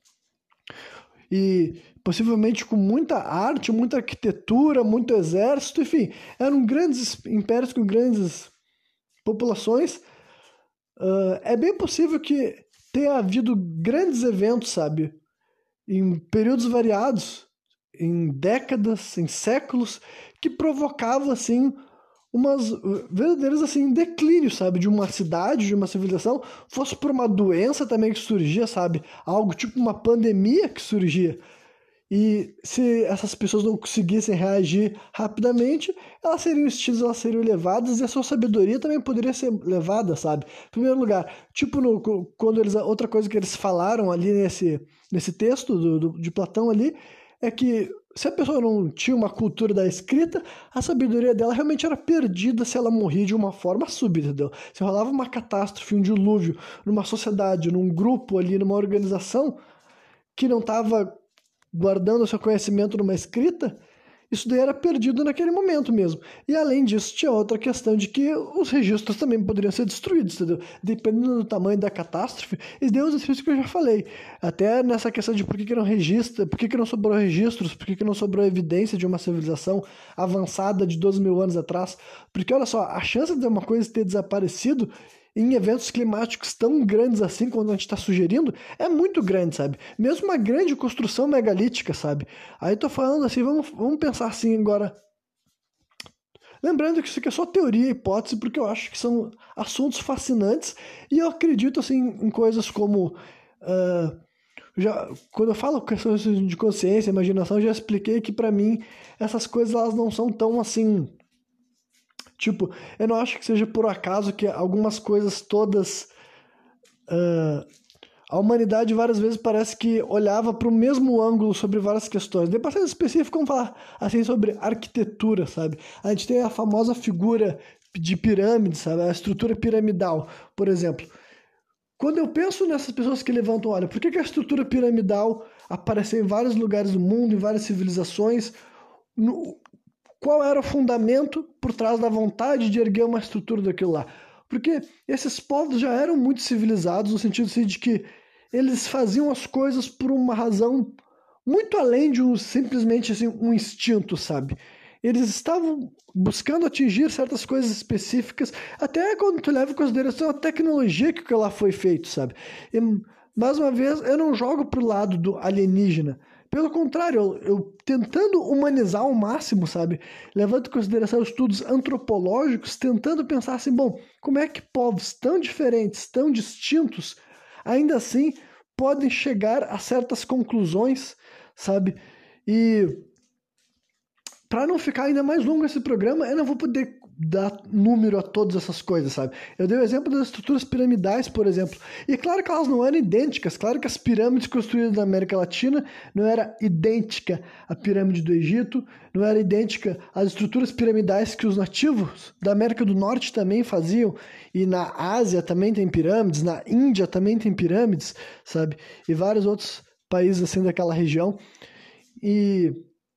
e possivelmente com muita arte, muita arquitetura, muito exército, enfim, eram grandes impérios com grandes populações. Uh, é bem possível que tenha havido grandes eventos, sabe, em períodos variados, em décadas, em séculos, que provocavam, assim, umas verdadeiras, assim, declínios, sabe, de uma cidade, de uma civilização, fosse por uma doença também que surgia, sabe, algo tipo uma pandemia que surgia. E se essas pessoas não conseguissem reagir rapidamente, elas seriam extintas, elas seriam levadas, e a sua sabedoria também poderia ser levada, sabe? Em primeiro lugar, tipo, no, quando eles, outra coisa que eles falaram ali nesse, nesse texto do, do, de Platão ali, é que se a pessoa não tinha uma cultura da escrita, a sabedoria dela realmente era perdida se ela morria de uma forma súbita, entendeu? Se rolava uma catástrofe, um dilúvio, numa sociedade, num grupo ali, numa organização que não estava guardando o seu conhecimento numa escrita, isso daí era perdido naquele momento mesmo. E além disso, tinha outra questão de que os registros também poderiam ser destruídos, entendeu? Dependendo do tamanho da catástrofe, e deu os efeitos que eu já falei. Até nessa questão de por que, que não registra, por que, que não sobrou registros, por que, que não sobrou evidência de uma civilização avançada de doze mil anos atrás. Porque, olha só, a chance de uma coisa ter desaparecido em eventos climáticos tão grandes assim, quando a gente está sugerindo, é muito grande, sabe? Mesmo uma grande construção megalítica, sabe? Aí tô falando assim, vamos, vamos pensar assim agora. Lembrando que isso aqui é só teoria e hipótese, porque eu acho que são assuntos fascinantes, e eu acredito assim em coisas como... Uh, já, quando eu falo questões de consciência, imaginação, eu já expliquei que para mim essas coisas elas não são tão assim... Tipo, eu não acho que seja por acaso que algumas coisas todas... Uh, a humanidade várias vezes parece que olhava para o mesmo ângulo sobre várias questões. De bastante específico, vamos falar assim sobre arquitetura, sabe? A gente tem a famosa figura de pirâmide, sabe? A estrutura piramidal, por exemplo. Quando eu penso nessas pessoas que levantam, olha, por que, que a estrutura piramidal apareceu em vários lugares do mundo, em várias civilizações? No, qual era o fundamento por trás da vontade de erguer uma estrutura daquilo lá? Porque esses povos já eram muito civilizados, no sentido assim, de que eles faziam as coisas por uma razão muito além de um, simplesmente assim, um instinto, sabe? Eles estavam buscando atingir certas coisas específicas, até quando tu leva em consideração a tecnologia que lá foi feito, sabe? E, mais uma vez, eu não jogo pro lado do alienígena. Pelo contrário, eu, eu tentando humanizar ao máximo, sabe? Levando em consideração estudos antropológicos, tentando pensar assim, bom, como é que povos tão diferentes, tão distintos, ainda assim podem chegar a certas conclusões, sabe? E para não ficar ainda mais longo esse programa, eu não vou poder dar número a todas essas coisas, sabe? Eu dei o exemplo das estruturas piramidais, por exemplo. E claro que elas não eram idênticas. Claro que as pirâmides construídas na América Latina não era idêntica à pirâmide do Egito, não era idêntica às estruturas piramidais que os nativos da América do Norte também faziam. E na Ásia também tem pirâmides, na Índia também tem pirâmides, sabe? E vários outros países assim daquela região. E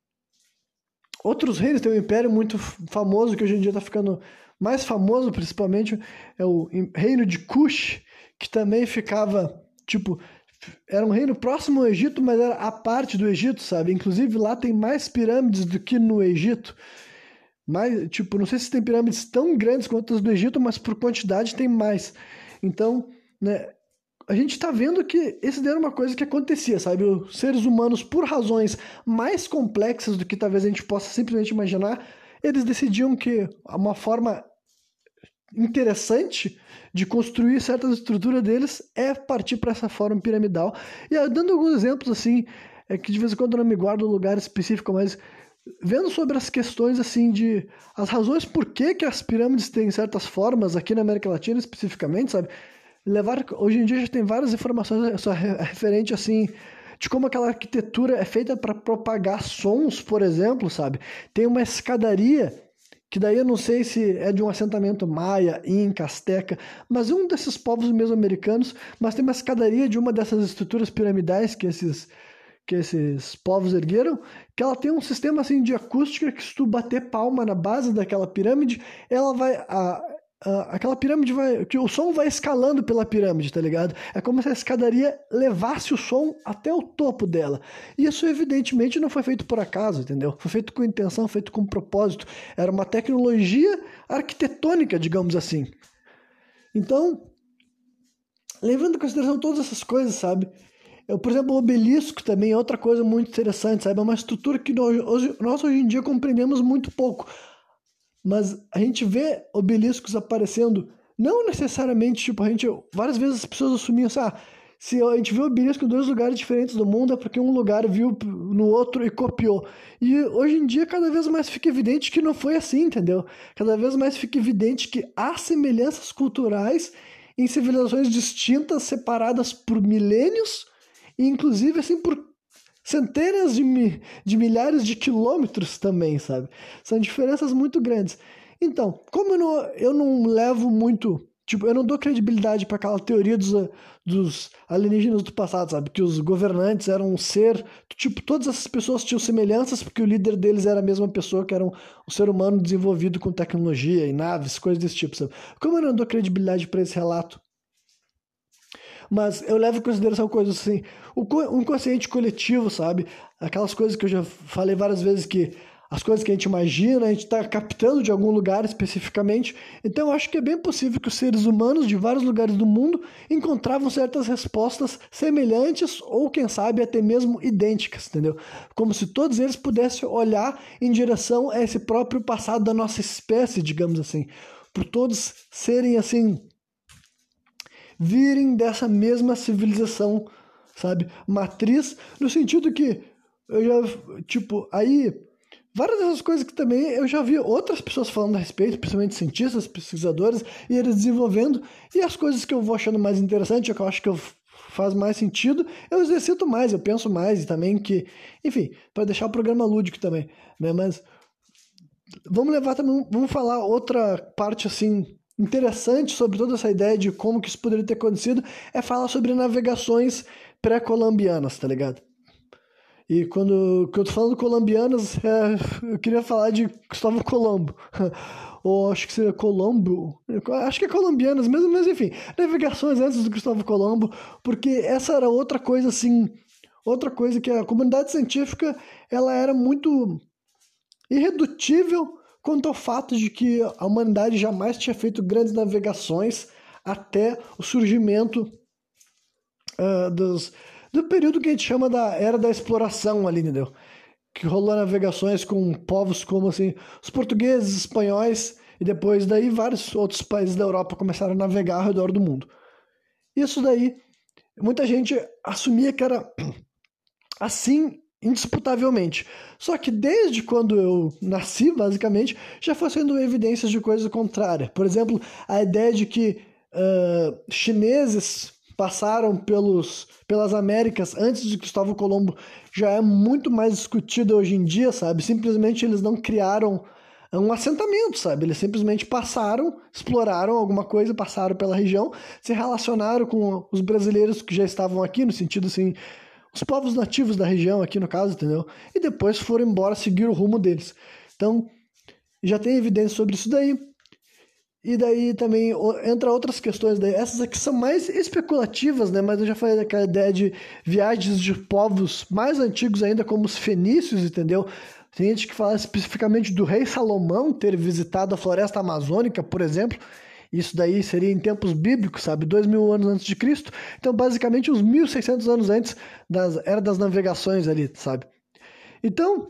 outros reinos, tem um império muito famoso, que hoje em dia está ficando mais famoso, principalmente, é o reino de Kush, que também ficava, tipo, era um reino próximo ao Egito, mas era a parte do Egito, sabe? Inclusive lá tem mais pirâmides do que no Egito. Mais, tipo, não sei se tem pirâmides tão grandes quanto as do Egito, mas por quantidade tem mais. Então, né, a gente está vendo que isso era uma coisa que acontecia, sabe? Os seres humanos, por razões mais complexas do que talvez a gente possa simplesmente imaginar, eles decidiam que uma forma interessante de construir certas estruturas deles é partir para essa forma piramidal. E aí, dando alguns exemplos, assim, é que de vez em quando eu não me guardo um lugar específico, mas vendo sobre as questões, assim, de as razões por que, que as pirâmides têm certas formas, aqui na América Latina especificamente, sabe? Levar, hoje em dia já tem várias informações só referente assim de como aquela arquitetura é feita para propagar sons, por exemplo, sabe? Tem uma escadaria que daí eu não sei se é de um assentamento maia, inca, asteca, mas um desses povos mesoamericanos, mas tem uma escadaria de uma dessas estruturas piramidais que esses que esses povos ergueram, que ela tem um sistema assim de acústica que se tu bater palma na base daquela pirâmide, ela vai a Uh, aquela pirâmide vai... que o som vai escalando pela pirâmide, tá ligado? É como se a escadaria levasse o som até o topo dela. E isso, evidentemente, não foi feito por acaso, entendeu? Foi feito com intenção, feito com propósito. Era uma tecnologia arquitetônica, digamos assim. Então, levando em consideração todas essas coisas, sabe? Eu, por exemplo, o obelisco também é outra coisa muito interessante, sabe? É uma estrutura que nós hoje, nós hoje em dia compreendemos muito pouco. Mas a gente vê obeliscos aparecendo, não necessariamente, tipo, a gente, várias vezes as pessoas assumiam assim, ah, se a gente vê obelisco em dois lugares diferentes do mundo é porque um lugar viu no outro e copiou. E hoje em dia cada vez mais fica evidente que não foi assim, entendeu? Cada vez mais fica evidente que há semelhanças culturais em civilizações distintas, separadas por milênios, e inclusive assim por centenas de, mi, de milhares de quilômetros também, sabe? São diferenças muito grandes. Então, como eu não, eu não levo muito... Tipo, eu não dou credibilidade para aquela teoria dos, dos alienígenas do passado, sabe? Que os governantes eram um ser... Tipo, todas essas pessoas tinham semelhanças porque o líder deles era a mesma pessoa, que era um, um ser humano desenvolvido com tecnologia e naves, coisas desse tipo, sabe? Como eu não dou credibilidade para esse relato? Mas eu levo em consideração coisas assim, o, o inconsciente coletivo, sabe? Aquelas coisas que eu já falei várias vezes, que as coisas que a gente imagina, a gente está captando de algum lugar especificamente. Então eu acho que é bem possível que os seres humanos de vários lugares do mundo encontravam certas respostas semelhantes ou, quem sabe, até mesmo idênticas, entendeu? Como se todos eles pudessem olhar em direção a esse próprio passado da nossa espécie, digamos assim. Por todos serem assim... virem dessa mesma civilização, sabe? Matriz, no sentido que eu já, tipo, aí, várias dessas coisas que também eu já vi outras pessoas falando a respeito, principalmente cientistas, pesquisadores, e eles desenvolvendo, e as coisas que eu vou achando mais interessante, que eu acho que eu faz mais sentido, eu exercito mais, eu penso mais, e também que, enfim, para deixar o programa lúdico também, né? Mas vamos levar também, vamos falar outra parte, assim, interessante sobre toda essa ideia de como que isso poderia ter acontecido, é falar sobre navegações pré-colombianas, tá ligado? E quando que eu tô falando colombianas, é, eu queria falar de Cristóvão Colombo, ou acho que seria Colombo, acho que é colombianas mesmo, mas enfim, navegações antes do Cristóvão Colombo, porque essa era outra coisa assim, outra coisa que a comunidade científica, ela era muito irredutível quanto ao fato de que a humanidade jamais tinha feito grandes navegações até o surgimento uh, dos, do período que a gente chama da Era da Exploração ali, entendeu? Que rolou navegações com povos como assim, os portugueses, espanhóis, e depois daí vários outros países da Europa começaram a navegar ao redor do mundo. Isso daí, muita gente assumia que era assim indisputavelmente. Só que desde quando eu nasci, basicamente, já foi sendo evidências de coisa contrária. Por exemplo, a ideia de que uh, chineses passaram pelos, pelas Américas antes de Cristóvão Colombo já é muito mais discutida hoje em dia, sabe? Simplesmente eles não criaram um assentamento, sabe? Eles simplesmente passaram, exploraram alguma coisa, passaram pela região, se relacionaram com os brasileiros que já estavam aqui, no sentido assim... os povos nativos da região aqui no caso, entendeu? E depois foram embora seguir o rumo deles. Então, já tem evidência sobre isso daí. E daí também entra outras questões daí. Essas aqui são mais especulativas, né? Mas eu já falei daquela ideia de viagens de povos mais antigos ainda, como os fenícios, entendeu? Tem gente que fala especificamente do rei Salomão ter visitado a floresta amazônica, por exemplo. Isso daí seria em tempos bíblicos, sabe? Dois mil anos antes de Cristo. Então, basicamente, uns mil e seiscentos anos antes da era das navegações ali, sabe? Então,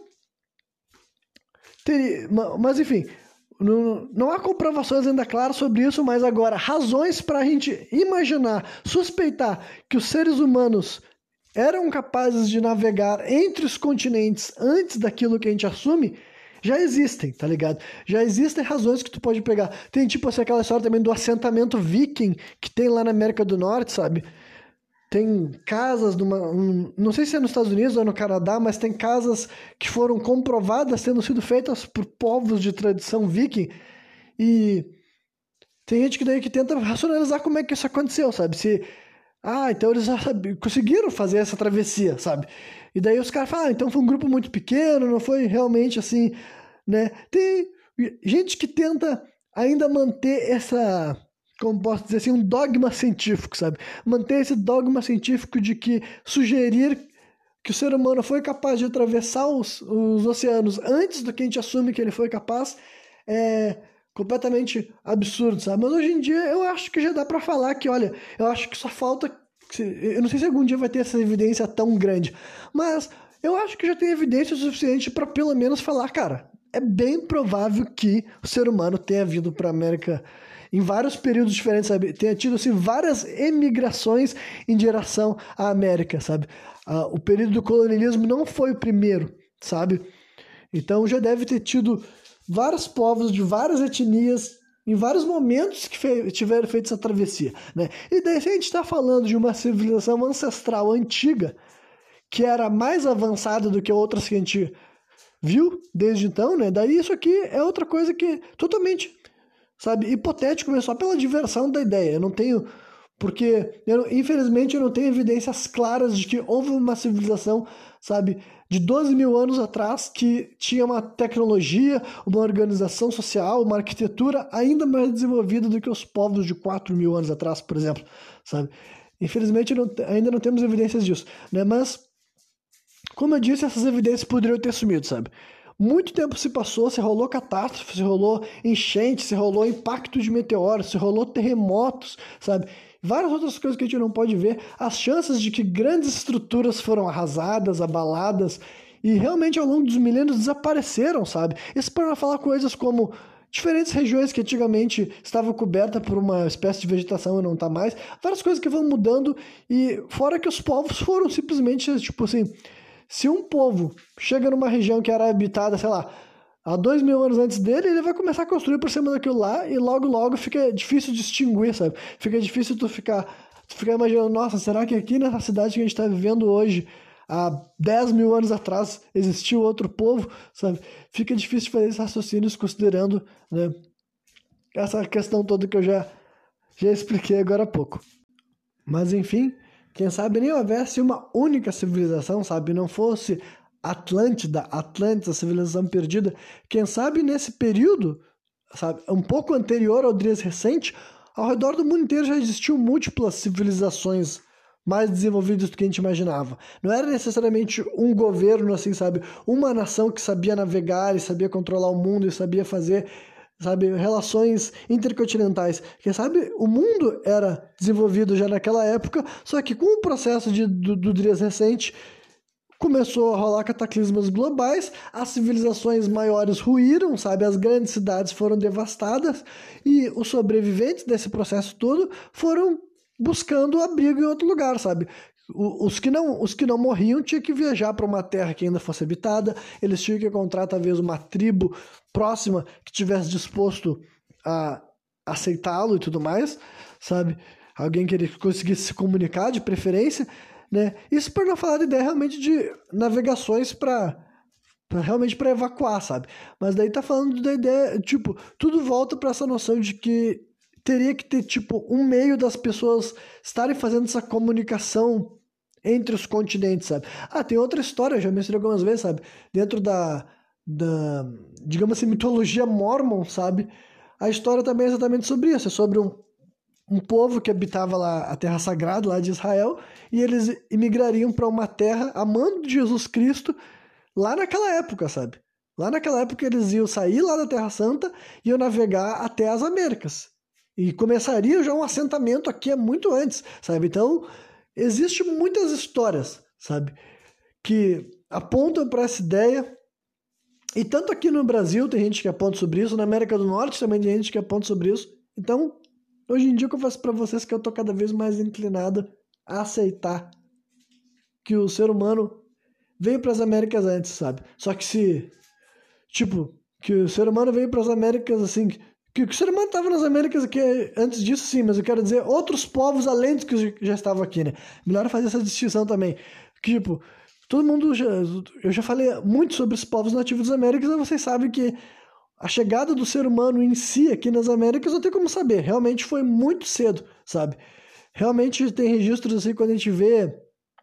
teria, mas enfim, não, não há comprovações ainda claras sobre isso, mas agora, razões para a gente imaginar, suspeitar que os seres humanos eram capazes de navegar entre os continentes antes daquilo que a gente assume, já existem, tá ligado? Já existem razões que tu pode pegar. Tem tipo assim, aquela história também do assentamento viking que tem lá na América do Norte, sabe? Tem casas, numa, um, não sei se é nos Estados Unidos ou no Canadá, mas tem casas que foram comprovadas tendo sido feitas por povos de tradição viking. E tem gente que daí que tenta racionalizar como é que isso aconteceu, sabe? Se, ah, então eles já sabe, conseguiram fazer essa travessia, sabe? E daí os caras falam, ah, então foi um grupo muito pequeno, não foi realmente assim, né? Tem gente que tenta ainda manter essa, como posso dizer assim, um dogma científico, sabe? Manter esse dogma científico de que sugerir que o ser humano foi capaz de atravessar os, os oceanos antes do que a gente assume que ele foi capaz é completamente absurdo, sabe? Mas hoje em dia eu acho que já dá pra falar que, olha, eu acho que só falta... Eu não sei se algum dia vai ter essa evidência tão grande, mas eu acho que já tem evidência suficiente para pelo menos falar, cara, é bem provável que o ser humano tenha vindo para a América em vários períodos diferentes, sabe? Tenha tido assim, várias emigrações em direção à América, sabe? Ah, o período do colonialismo não foi o primeiro, sabe? Então já deve ter tido vários povos de várias etnias em vários momentos que fe- tiveram feito essa travessia, né? E daí se a gente está falando de uma civilização ancestral antiga que era mais avançada do que outras que a gente viu desde então, né? Daí isso aqui é outra coisa que totalmente, sabe, hipotético, mas só pela diversão da ideia. Eu não tenho... Porque, eu, infelizmente, eu não tenho evidências claras de que houve uma civilização, sabe, de doze mil anos atrás que tinha uma tecnologia, uma organização social, uma arquitetura ainda mais desenvolvida do que os povos de quatro mil anos atrás, por exemplo, sabe? Infelizmente, não, ainda não temos evidências disso, né? Mas, como eu disse, essas evidências poderiam ter sumido, sabe? Muito tempo se passou, se rolou catástrofe, se rolou enchente, se rolou impacto de meteoros, se rolou terremotos, sabe? Várias outras coisas que a gente não pode ver. As chances de que grandes estruturas foram arrasadas, abaladas e realmente ao longo dos milênios desapareceram, sabe? Isso para falar coisas como diferentes regiões que antigamente estavam cobertas por uma espécie de vegetação e não tá mais. Várias coisas que vão mudando e fora que os povos foram simplesmente, tipo assim... Se um povo chega numa região que era habitada, sei lá, há dois mil anos antes dele, ele vai começar a construir por cima daquilo lá e logo, logo fica difícil distinguir, sabe? Fica difícil tu ficar, tu ficar imaginando, nossa, será que aqui nessa cidade que a gente está vivendo hoje, há dez mil anos atrás, existiu outro povo, sabe? Fica difícil fazer esses raciocínios considerando, né, essa questão toda que eu já, já expliquei agora há pouco. Mas, enfim... Quem sabe nem houvesse uma única civilização, sabe? Não fosse Atlântida, Atlântida, a civilização perdida. Quem sabe nesse período, sabe, um pouco anterior ao Dries recente, ao redor do mundo inteiro já existiam múltiplas civilizações mais desenvolvidas do que a gente imaginava. Não era necessariamente um governo, assim, sabe? Uma nação que sabia navegar e sabia controlar o mundo e sabia fazer... sabe, relações intercontinentais. Quem sabe o mundo era desenvolvido já naquela época, só que com o processo de, do, do Dries recente começou a rolar cataclismos globais, as civilizações maiores ruíram, sabe, as grandes cidades foram devastadas e os sobreviventes desse processo todo foram buscando abrigo em outro lugar, sabe? Os que, não, os que não morriam tinham que viajar para uma terra que ainda fosse habitada, eles tinham que encontrar talvez uma tribo próxima que tivesse disposto a aceitá-lo e tudo mais, sabe? Alguém que ele conseguisse se comunicar de preferência, né? Isso para não falar da ideia realmente de navegações para realmente para evacuar, sabe? Mas daí tá falando da ideia, tipo, tudo volta para essa noção de que teria que ter, tipo, um meio das pessoas estarem fazendo essa comunicação entre os continentes, sabe? Ah, tem outra história, eu já mencionei algumas vezes, sabe? Dentro da, da, digamos assim, mitologia mormon, sabe? A história também é exatamente sobre isso, é sobre um, um povo que habitava lá, a terra sagrada lá de Israel, e eles imigrariam para uma terra amando de Jesus Cristo lá naquela época, sabe? Lá naquela época eles iam sair lá da Terra Santa e iam navegar até as Américas. E começaria já um assentamento aqui muito antes, sabe? Então, existem muitas histórias, sabe? Que apontam para essa ideia. E tanto aqui no Brasil tem gente que aponta sobre isso, na América do Norte também tem gente que aponta sobre isso. Então, hoje em dia eu confesso para vocês que eu tô cada vez mais inclinado a aceitar que o ser humano veio para as Américas antes, sabe? Só que se... Tipo, que o ser humano veio para as Américas assim... Que o ser humano estava nas Américas aqui antes disso, sim, mas eu quero dizer outros povos além dos que já estavam aqui, né? Melhor fazer essa distinção também. Que, tipo, todo mundo já... Eu já falei muito sobre os povos nativos das Américas, e vocês sabem que a chegada do ser humano em si aqui nas Américas não tem como saber. Realmente foi muito cedo, sabe? Realmente tem registros assim, quando a gente vê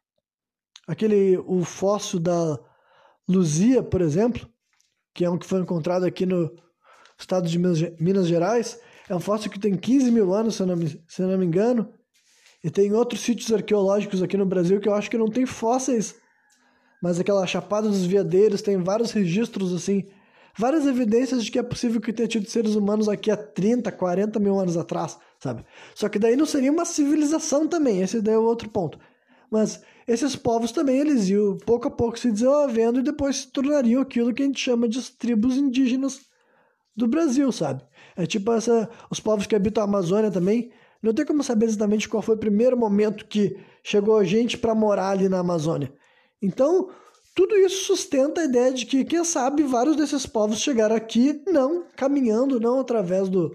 aquele... o fóssil da Luzia, por exemplo, que é um que foi encontrado aqui no estado de Minas Gerais, é um fóssil que tem quinze mil anos, se eu, não me, se eu não me engano, e tem outros sítios arqueológicos aqui no Brasil que eu acho que não tem fósseis, mas aquela Chapada dos Veadeiros tem vários registros, assim, várias evidências de que é possível que tenha tido seres humanos aqui há trinta, quarenta mil anos atrás, sabe? Só que daí não seria uma civilização também, esse daí é o outro ponto. Mas esses povos também, eles iam pouco a pouco se desenvolvendo e depois se tornariam aquilo que a gente chama de tribos indígenas do Brasil, sabe? É tipo essa, os povos que habitam a Amazônia também, não tem como saber exatamente qual foi o primeiro momento que chegou gente para morar ali na Amazônia. Então, tudo isso sustenta a ideia de que, quem sabe, vários desses povos chegaram aqui não caminhando, não através do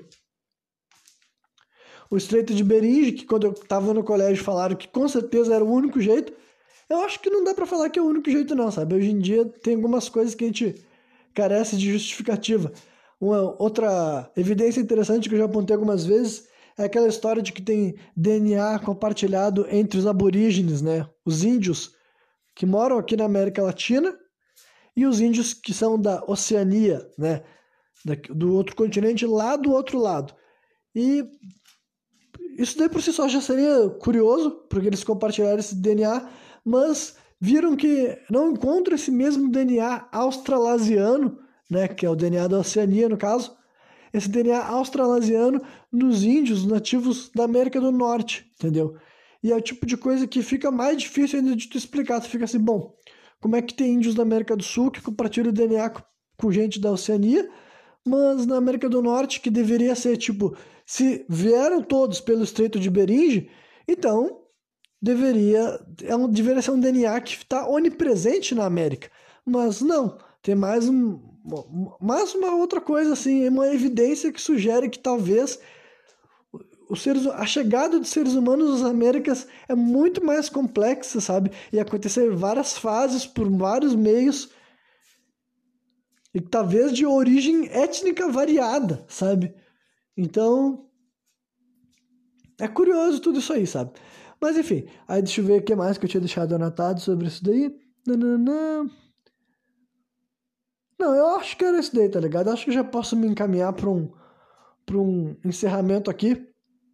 o Estreito de Beringe, que quando eu estava no colégio falaram que com certeza era o único jeito, Eu acho que não dá pra falar que é o único jeito não, sabe? Hoje em dia tem algumas coisas que a gente carece de justificativa. Uma outra evidência interessante que eu já apontei algumas vezes é aquela história de que tem D N A compartilhado entre os aborígenes, né? Os índios que moram aqui na América Latina e os índios que são da Oceania, né? Do outro continente, lá do outro lado. E isso daí por si só já seria curioso, porque eles compartilharam esse D N A, mas viram que não encontram esse mesmo D N A australasiano, né, que é o D N A da Oceania, no caso, esse D N A australasiano nos índios nativos da América do Norte, entendeu? E é o tipo de coisa que fica mais difícil ainda de tu explicar. Tu fica assim, bom, como é que tem índios da América do Sul que compartilham o D N A com gente da Oceania, mas na América do Norte, que deveria ser, tipo, se vieram todos pelo Estreito de Bering, então deveria, é um, deveria ser um D N A que está onipresente na América. Mas não, tem mais, um, mais uma outra coisa, assim, uma evidência que sugere que talvez os seres, a chegada dos seres humanos às Américas é muito mais complexa, sabe? E acontecer várias fases, por vários meios, e talvez de origem étnica variada, sabe? Então, é curioso tudo isso aí, sabe? Mas enfim, aí deixa eu ver o que mais que eu tinha deixado anotado sobre isso daí. Nananã. Não, eu acho que era isso daí, tá ligado? Eu acho que eu já posso me encaminhar para um, para um encerramento aqui.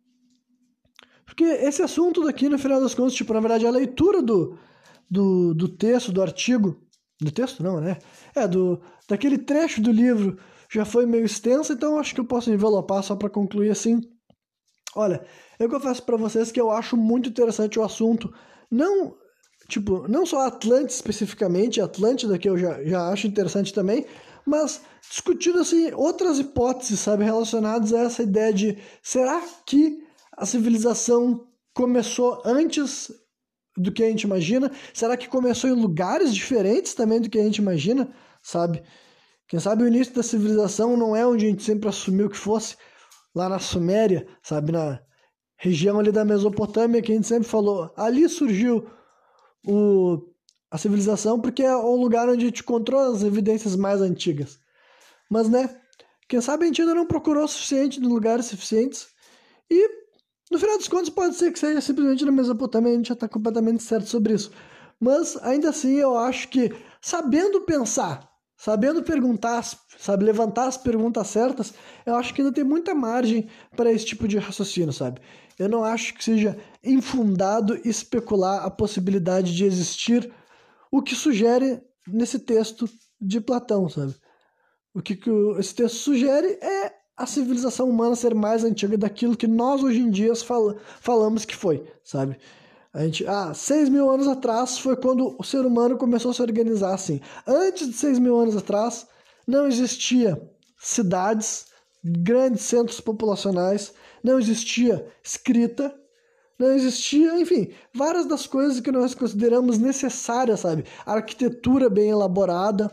Porque esse assunto daqui, no final das contas, tipo, na verdade, a leitura do, do, do texto, do artigo, do texto não, né? É, do, daquele trecho do livro já foi meio extensa, então acho que eu posso envelopar só para concluir assim. Olha, eu confesso para vocês que eu acho muito interessante o assunto, não, tipo, não só Atlântida especificamente, Atlântida que eu já, já acho interessante também, mas discutindo assim outras hipóteses, sabe, relacionadas a essa ideia de será que a civilização começou antes do que a gente imagina? Será que começou em lugares diferentes também do que a gente imagina, sabe? Quem sabe o início da civilização não é onde a gente sempre assumiu que fosse, lá na Suméria, sabe? Na região ali da Mesopotâmia, que a gente sempre falou. Ali surgiu o, a civilização, porque é o lugar onde a gente encontrou as evidências mais antigas. Mas, né? Quem sabe a gente ainda não procurou o suficiente nos lugares suficientes. E no final dos contos pode ser que seja simplesmente na Mesopotâmia, a gente já está completamente certo sobre isso. Mas ainda assim eu acho que sabendo pensar, sabendo perguntar, sabe, levantar as perguntas certas, eu acho que ainda tem muita margem para esse tipo de raciocínio, sabe? Eu não acho que seja infundado especular a possibilidade de existir o que sugere nesse texto de Platão, sabe? O que, que esse texto sugere é a civilização humana ser mais antiga daquilo que nós hoje em dia fal falamos que foi, sabe? A gente, ah, seis mil anos atrás foi quando o ser humano começou a se organizar assim. Antes de seis mil anos atrás, não existia cidades, grandes centros populacionais, não existia escrita, não existia, enfim, várias das coisas que nós consideramos necessárias, sabe? A arquitetura bem elaborada,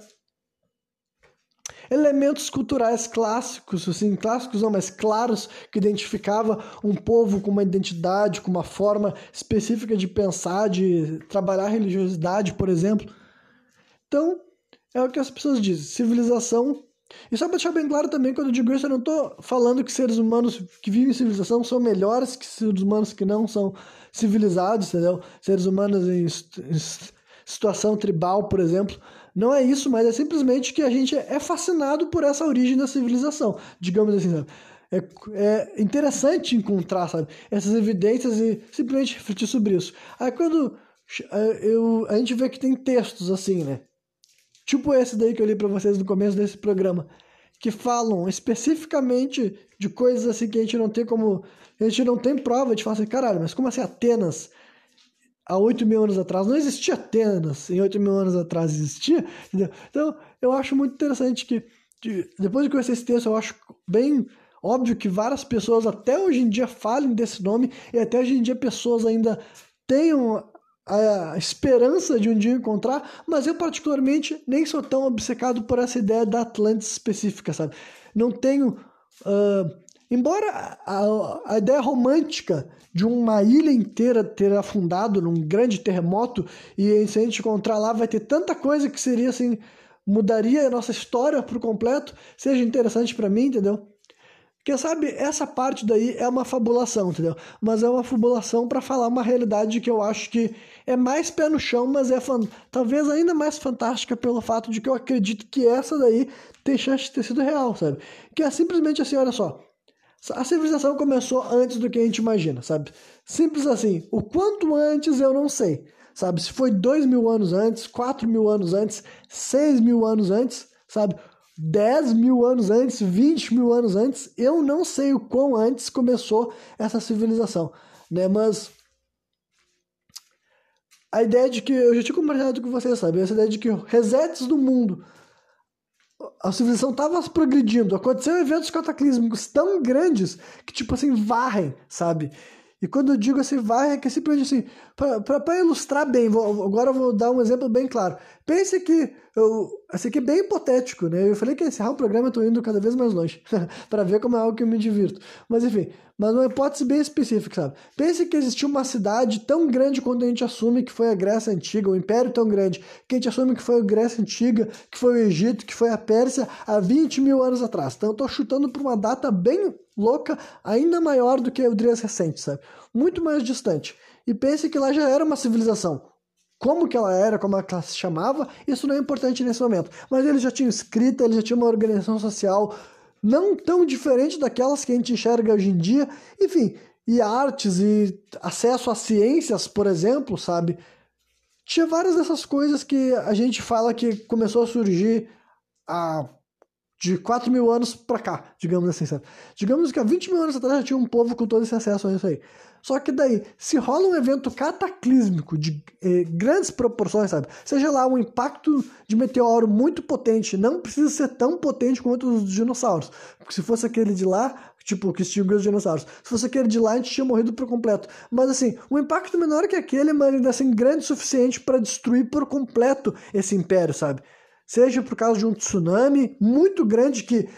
elementos culturais clássicos, assim, clássicos não, mas claros, que identificava um povo com uma identidade, com uma forma específica de pensar, de trabalhar a religiosidade, por exemplo. Então, é o que as pessoas dizem, civilização. E só para deixar bem claro também, quando eu digo isso, eu não estou falando que seres humanos que vivem em civilização são melhores que seres humanos que não são civilizados, entendeu? Seres humanos em, em situação tribal, por exemplo. Não é isso, mas é simplesmente que a gente é fascinado por essa origem da civilização, digamos assim, sabe? É, é interessante encontrar, sabe, essas evidências e simplesmente refletir sobre isso. Aí quando eu, a gente vê que tem textos assim, né? Tipo esse daí que eu li para vocês no começo desse programa, que falam especificamente de coisas assim que a gente não tem como... A gente não tem prova, a gente fala assim, caralho, mas como assim Atenas... há oito mil anos atrás, não existia Atenas, em oito mil anos atrás existia, entendeu? Então, eu acho muito interessante que, de, depois de conhecer esse texto, eu acho bem óbvio que várias pessoas até hoje em dia falem desse nome, e até hoje em dia pessoas ainda tenham a esperança de um dia encontrar, mas eu particularmente nem sou tão obcecado por essa ideia da Atlântida específica, sabe? Não tenho... Uh, embora a, a ideia romântica de uma ilha inteira ter afundado num grande terremoto e se a gente encontrar lá vai ter tanta coisa que seria assim, mudaria a nossa história por completo, seja interessante para mim, entendeu? Porque, sabe, essa parte daí é uma fabulação, entendeu? Mas é uma fabulação para falar uma realidade que eu acho que é mais pé no chão, mas é fan... talvez ainda mais fantástica pelo fato de que eu acredito que essa daí tem chance de ter sido real, sabe? Que é simplesmente assim, olha só, a civilização começou antes do que a gente imagina, sabe? Simples assim, o quanto antes eu não sei, sabe? Se foi dois mil anos antes, quatro mil anos antes, seis mil anos antes, sabe? dez mil anos antes, vinte mil anos antes, eu não sei o quão antes começou essa civilização, né? Mas a ideia de que, eu já tinha compartilhado com vocês, sabe? Essa ideia de que resets do mundo, a civilização estava progredindo, aconteceram eventos cataclísmicos tão grandes que, tipo assim, varrem, sabe? E quando eu digo assim, varrem, é que é simplesmente assim, para ilustrar bem, vou, agora eu vou dar um exemplo bem claro. Pense que, eu, esse aqui é bem hipotético, né? Eu falei que ia encerrar o programa, eu tô indo cada vez mais longe, para ver como é algo que eu me divirto. Mas enfim, mas uma hipótese bem específica, sabe? Pense que existiu uma cidade tão grande quanto a gente assume que foi a Grécia Antiga, um império tão grande, que a gente assume que foi a Grécia Antiga, que foi o Egito, que foi a Pérsia há vinte mil anos atrás. Então eu tô chutando por uma data bem louca, ainda maior do que o dias recentes, sabe? Muito mais distante. E pense que lá já era uma civilização. Como que ela era, como ela se chamava, isso não é importante nesse momento. Mas eles já tinham escrita, eles já tinham uma organização social não tão diferente daquelas que a gente enxerga hoje em dia. Enfim, e artes e acesso às ciências, por exemplo, sabe? Tinha várias dessas coisas que a gente fala que começou a surgir há de quatro mil anos pra cá, digamos assim, sabe? Digamos que há vinte mil anos atrás já tinha um povo com todo esse acesso a isso aí. Só que daí, se rola um evento cataclísmico de eh, grandes proporções, sabe? Seja lá um impacto de meteoro muito potente, não precisa ser tão potente quanto os dinossauros. Porque se fosse aquele de lá, tipo, que extinguiu os dinossauros, se fosse aquele de lá, a gente tinha morrido por completo. Mas assim, um impacto menor que aquele, mas ainda assim grande o suficiente para destruir por completo esse império, sabe? Seja por causa de um tsunami muito grande que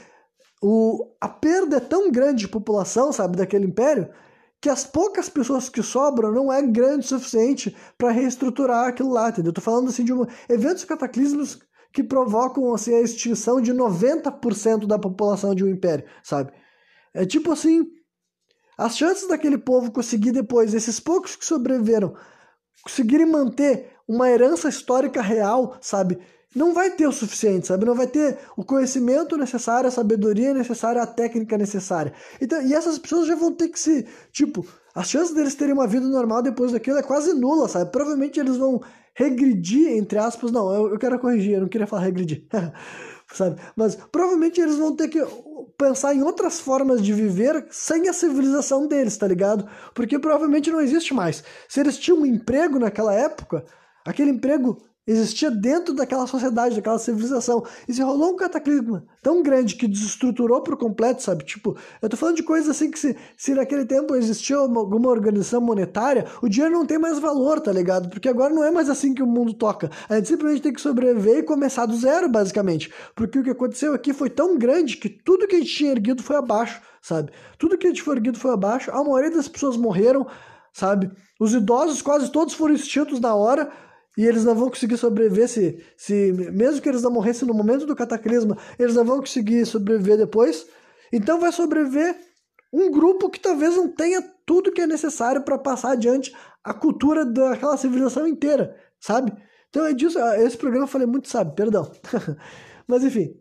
o, a perda é tão grande de população, sabe, daquele império, que as poucas pessoas que sobram não é grande o suficiente para reestruturar aquilo lá, entendeu? Eu tô falando assim de um, eventos cataclísmicos que provocam assim, a extinção de noventa por cento da população de um império, sabe? É tipo assim, as chances daquele povo conseguir depois, esses poucos que sobreviveram, conseguirem manter uma herança histórica real, sabe? Não vai ter o suficiente, sabe? Não vai ter o conhecimento necessário, a sabedoria necessária, a técnica necessária. Então, e essas pessoas já vão ter que se... Tipo, as chances deles terem uma vida normal depois daquilo é quase nula, sabe? Provavelmente eles vão regredir, entre aspas. Não, eu, eu quero corrigir, eu não queria falar regredir. Sabe? Mas provavelmente eles vão ter que pensar em outras formas de viver sem a civilização deles, tá ligado? Porque provavelmente não existe mais. Se eles tinham um emprego naquela época, aquele emprego existia dentro daquela sociedade, daquela civilização. E se rolou um cataclisma tão grande que desestruturou por completo, sabe? Tipo, eu tô falando de coisas assim que se, se naquele tempo existia uma, alguma organização monetária, o dinheiro não tem mais valor, tá ligado? Porque agora não é mais assim que o mundo toca. A gente simplesmente tem que sobreviver e começar do zero, basicamente. Porque o que aconteceu aqui foi tão grande que tudo que a gente tinha erguido foi abaixo, sabe? Tudo que a gente foi erguido foi abaixo. A maioria das pessoas morreram, sabe? Os idosos quase todos foram extintos na hora. E eles não vão conseguir sobreviver se, se... Mesmo que eles não morressem no momento do cataclisma, eles não vão conseguir sobreviver depois. Então vai sobreviver um grupo que talvez não tenha tudo que é necessário para passar adiante a cultura daquela civilização inteira, sabe? Então é disso... Esse programa eu falei muito, sabe? Perdão. Mas enfim.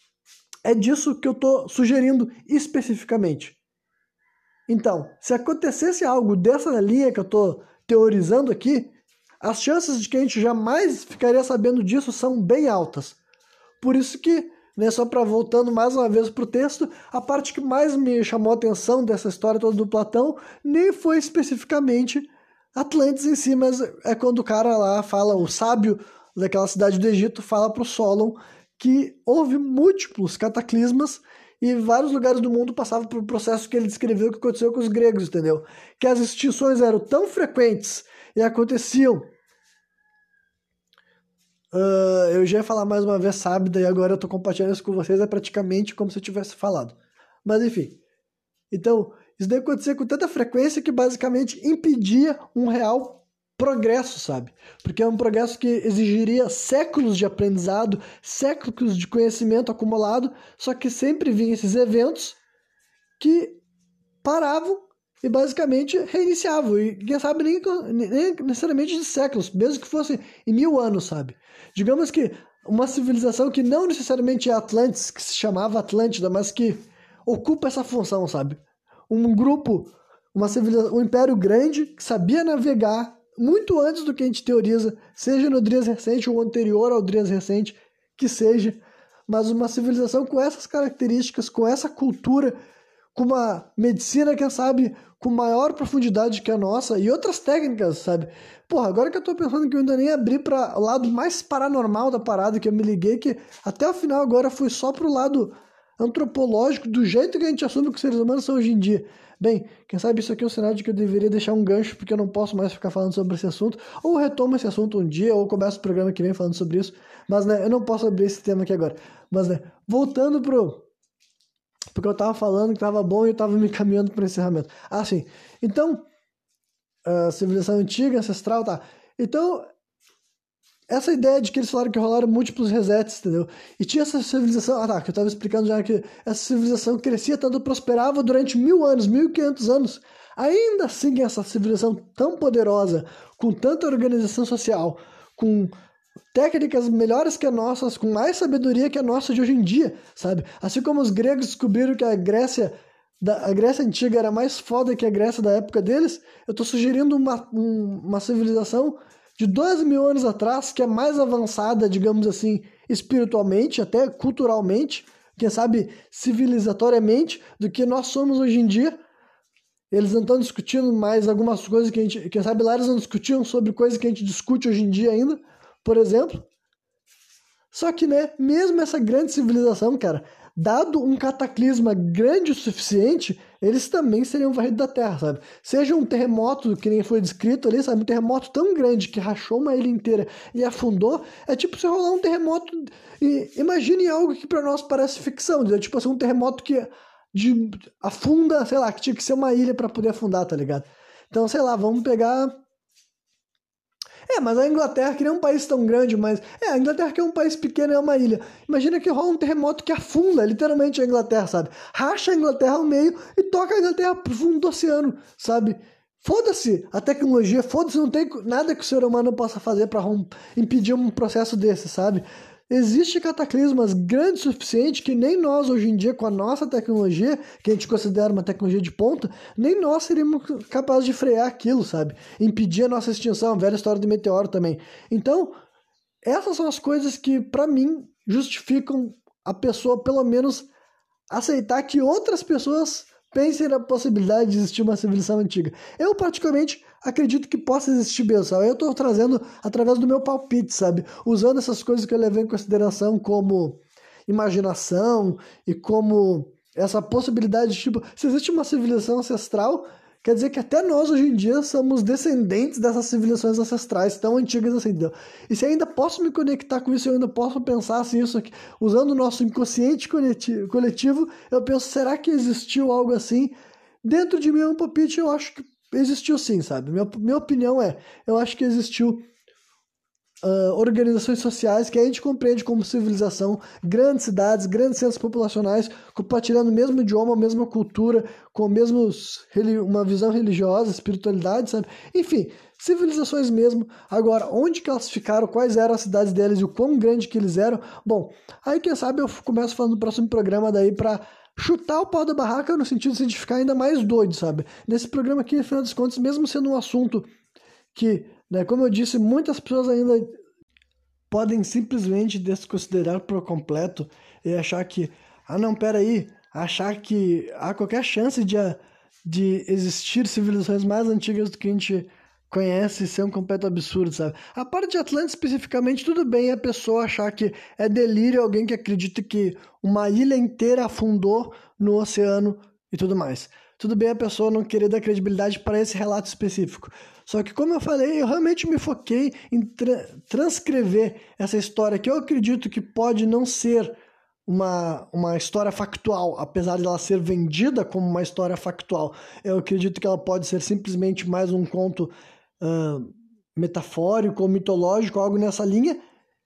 É disso que eu tô sugerindo especificamente. Então, se acontecesse algo dessa linha que eu tô teorizando aqui, as chances de que a gente jamais ficaria sabendo disso são bem altas. Por isso que, né, só para voltando mais uma vez para o texto, a parte que mais me chamou a atenção dessa história toda do Platão nem foi especificamente Atlantis em si, mas é quando o cara lá fala, o sábio daquela cidade do Egito fala para o Solon que houve múltiplos cataclismas e vários lugares do mundo passavam por um processo que ele descreveu que aconteceu com os gregos, entendeu? Que as extinções eram tão frequentes e aconteciam. Uh, eu já ia falar mais uma vez sábado e agora eu tô compartilhando isso com vocês, é praticamente como se eu tivesse falado. Mas enfim. Então, isso daí acontecia com tanta frequência que basicamente impedia um real progresso, sabe? Porque é um progresso que exigiria séculos de aprendizado, séculos de conhecimento acumulado, só que sempre vinha esses eventos que paravam e basicamente reiniciavam. E quem sabe nem, nem necessariamente de séculos, mesmo que fosse em mil anos, sabe? Digamos que uma civilização que não necessariamente é Atlantis, que se chamava Atlântida, mas que ocupa essa função, sabe? Um grupo, uma civilização, um império grande que sabia navegar muito antes do que a gente teoriza, seja no Dries recente ou anterior ao Dries recente, que seja, mas uma civilização com essas características, com essa cultura, com uma medicina, quem sabe, com maior profundidade que a nossa e outras técnicas, sabe? Porra, agora que eu tô pensando que eu ainda nem abri para o lado mais paranormal da parada, que eu me liguei que até o final agora fui só pro lado antropológico, do jeito que a gente assume que os seres humanos são hoje em dia. Bem, quem sabe isso aqui é um sinal de que eu deveria deixar um gancho, porque eu não posso mais ficar falando sobre esse assunto, ou retomo esse assunto um dia, ou começo o programa que vem falando sobre isso, mas, né, eu não posso abrir esse tema aqui agora. Mas, né, voltando pro... porque eu tava falando que tava bom e eu tava me caminhando pro encerramento. Ah, sim. Então, a civilização antiga, ancestral, tá. Então, essa ideia de que eles falaram que rolaram múltiplos resets, entendeu? E tinha essa civilização... Ah, tá, que eu tava explicando já que essa civilização crescia tanto, prosperava durante mil anos, mil e quinhentos anos. Ainda assim, essa civilização tão poderosa, com tanta organização social, com técnicas melhores que as nossas, com mais sabedoria que a nossa de hoje em dia, sabe? Assim como os gregos descobriram que a Grécia, da, a Grécia antiga era mais foda que a Grécia da época deles, eu tô sugerindo uma, um, uma civilização de doze mil anos atrás, que é mais avançada, digamos assim, espiritualmente, até culturalmente, quem sabe civilizatoriamente, do que nós somos hoje em dia. Eles não estão discutindo mais algumas coisas que a gente... Quem sabe lá eles não discutiam sobre coisas que a gente discute hoje em dia ainda, por exemplo. Só que, né, mesmo essa grande civilização, cara, dado um cataclisma grande o suficiente, eles também seriam varridos da Terra, sabe? Seja um terremoto, que nem foi descrito ali, sabe? Um terremoto tão grande que rachou uma ilha inteira e afundou, é tipo se rolar um terremoto... E imagine algo que pra nós parece ficção, entendeu? Tipo assim, um terremoto que de, afunda, sei lá, que tinha que ser uma ilha pra poder afundar, tá ligado? Então, sei lá, vamos pegar... É, mas a Inglaterra, que nem é um país tão grande, mas... É, a Inglaterra que é um país pequeno, é uma ilha. Imagina que rola um terremoto que afunda, literalmente, a Inglaterra, sabe? Racha a Inglaterra ao meio e toca a Inglaterra pro fundo do oceano, sabe? Foda-se a tecnologia, foda-se, não tem nada que o ser humano possa fazer pra impedir um processo desse, sabe? Existem cataclismas grandes o suficiente que nem nós, hoje em dia, com a nossa tecnologia, que a gente considera uma tecnologia de ponta, nem nós seríamos capazes de frear aquilo, sabe? Impedir a nossa extinção, a velha história do meteoro também. Então, essas são as coisas que, pra mim, justificam a pessoa, pelo menos, aceitar que outras pessoas pensem na possibilidade de existir uma civilização antiga. Eu, particularmente, acredito que possa existir mesmo, sabe? Eu estou trazendo através do meu palpite, sabe? Usando essas coisas que eu levei em consideração como imaginação e como essa possibilidade de, tipo, se existe uma civilização ancestral, quer dizer que até nós, hoje em dia, somos descendentes dessas civilizações ancestrais tão antigas assim, entendeu? E se ainda posso me conectar com isso, eu ainda posso pensar se isso aqui, usando o nosso inconsciente coletivo, eu penso, será que existiu algo assim? Dentro de mim, um palpite, eu acho que existiu sim, sabe? Minha, minha opinião é, eu acho que existiu uh, organizações sociais que a gente compreende como civilização, grandes cidades, grandes centros populacionais, compartilhando o mesmo idioma, a mesma cultura, com mesmos, uma visão religiosa, espiritualidade, sabe? Enfim, civilizações mesmo. Agora, onde que elas ficaram, quais eram as cidades deles e o quão grande que eles eram? Bom, aí quem sabe eu começo falando no próximo programa daí pra chutar o pau da barraca no sentido de ficar ainda mais doido, sabe? Nesse programa aqui, no final dos contos, mesmo sendo um assunto que, né, como eu disse, muitas pessoas ainda podem simplesmente desconsiderar por completo e achar que, ah não, peraí, achar que há qualquer chance de, de existir civilizações mais antigas do que a gente conhece, ser um completo absurdo, sabe? A parte de Atlântia especificamente, tudo bem a pessoa achar que é delírio alguém que acredita que uma ilha inteira afundou no oceano e tudo mais. Tudo bem a pessoa não querer dar credibilidade para esse relato específico. Só que, como eu falei, eu realmente me foquei em tra- transcrever essa história que eu acredito que pode não ser uma, uma história factual, apesar de ela ser vendida como uma história factual. Eu acredito que ela pode ser simplesmente mais um conto uh, metafórico ou mitológico, algo nessa linha.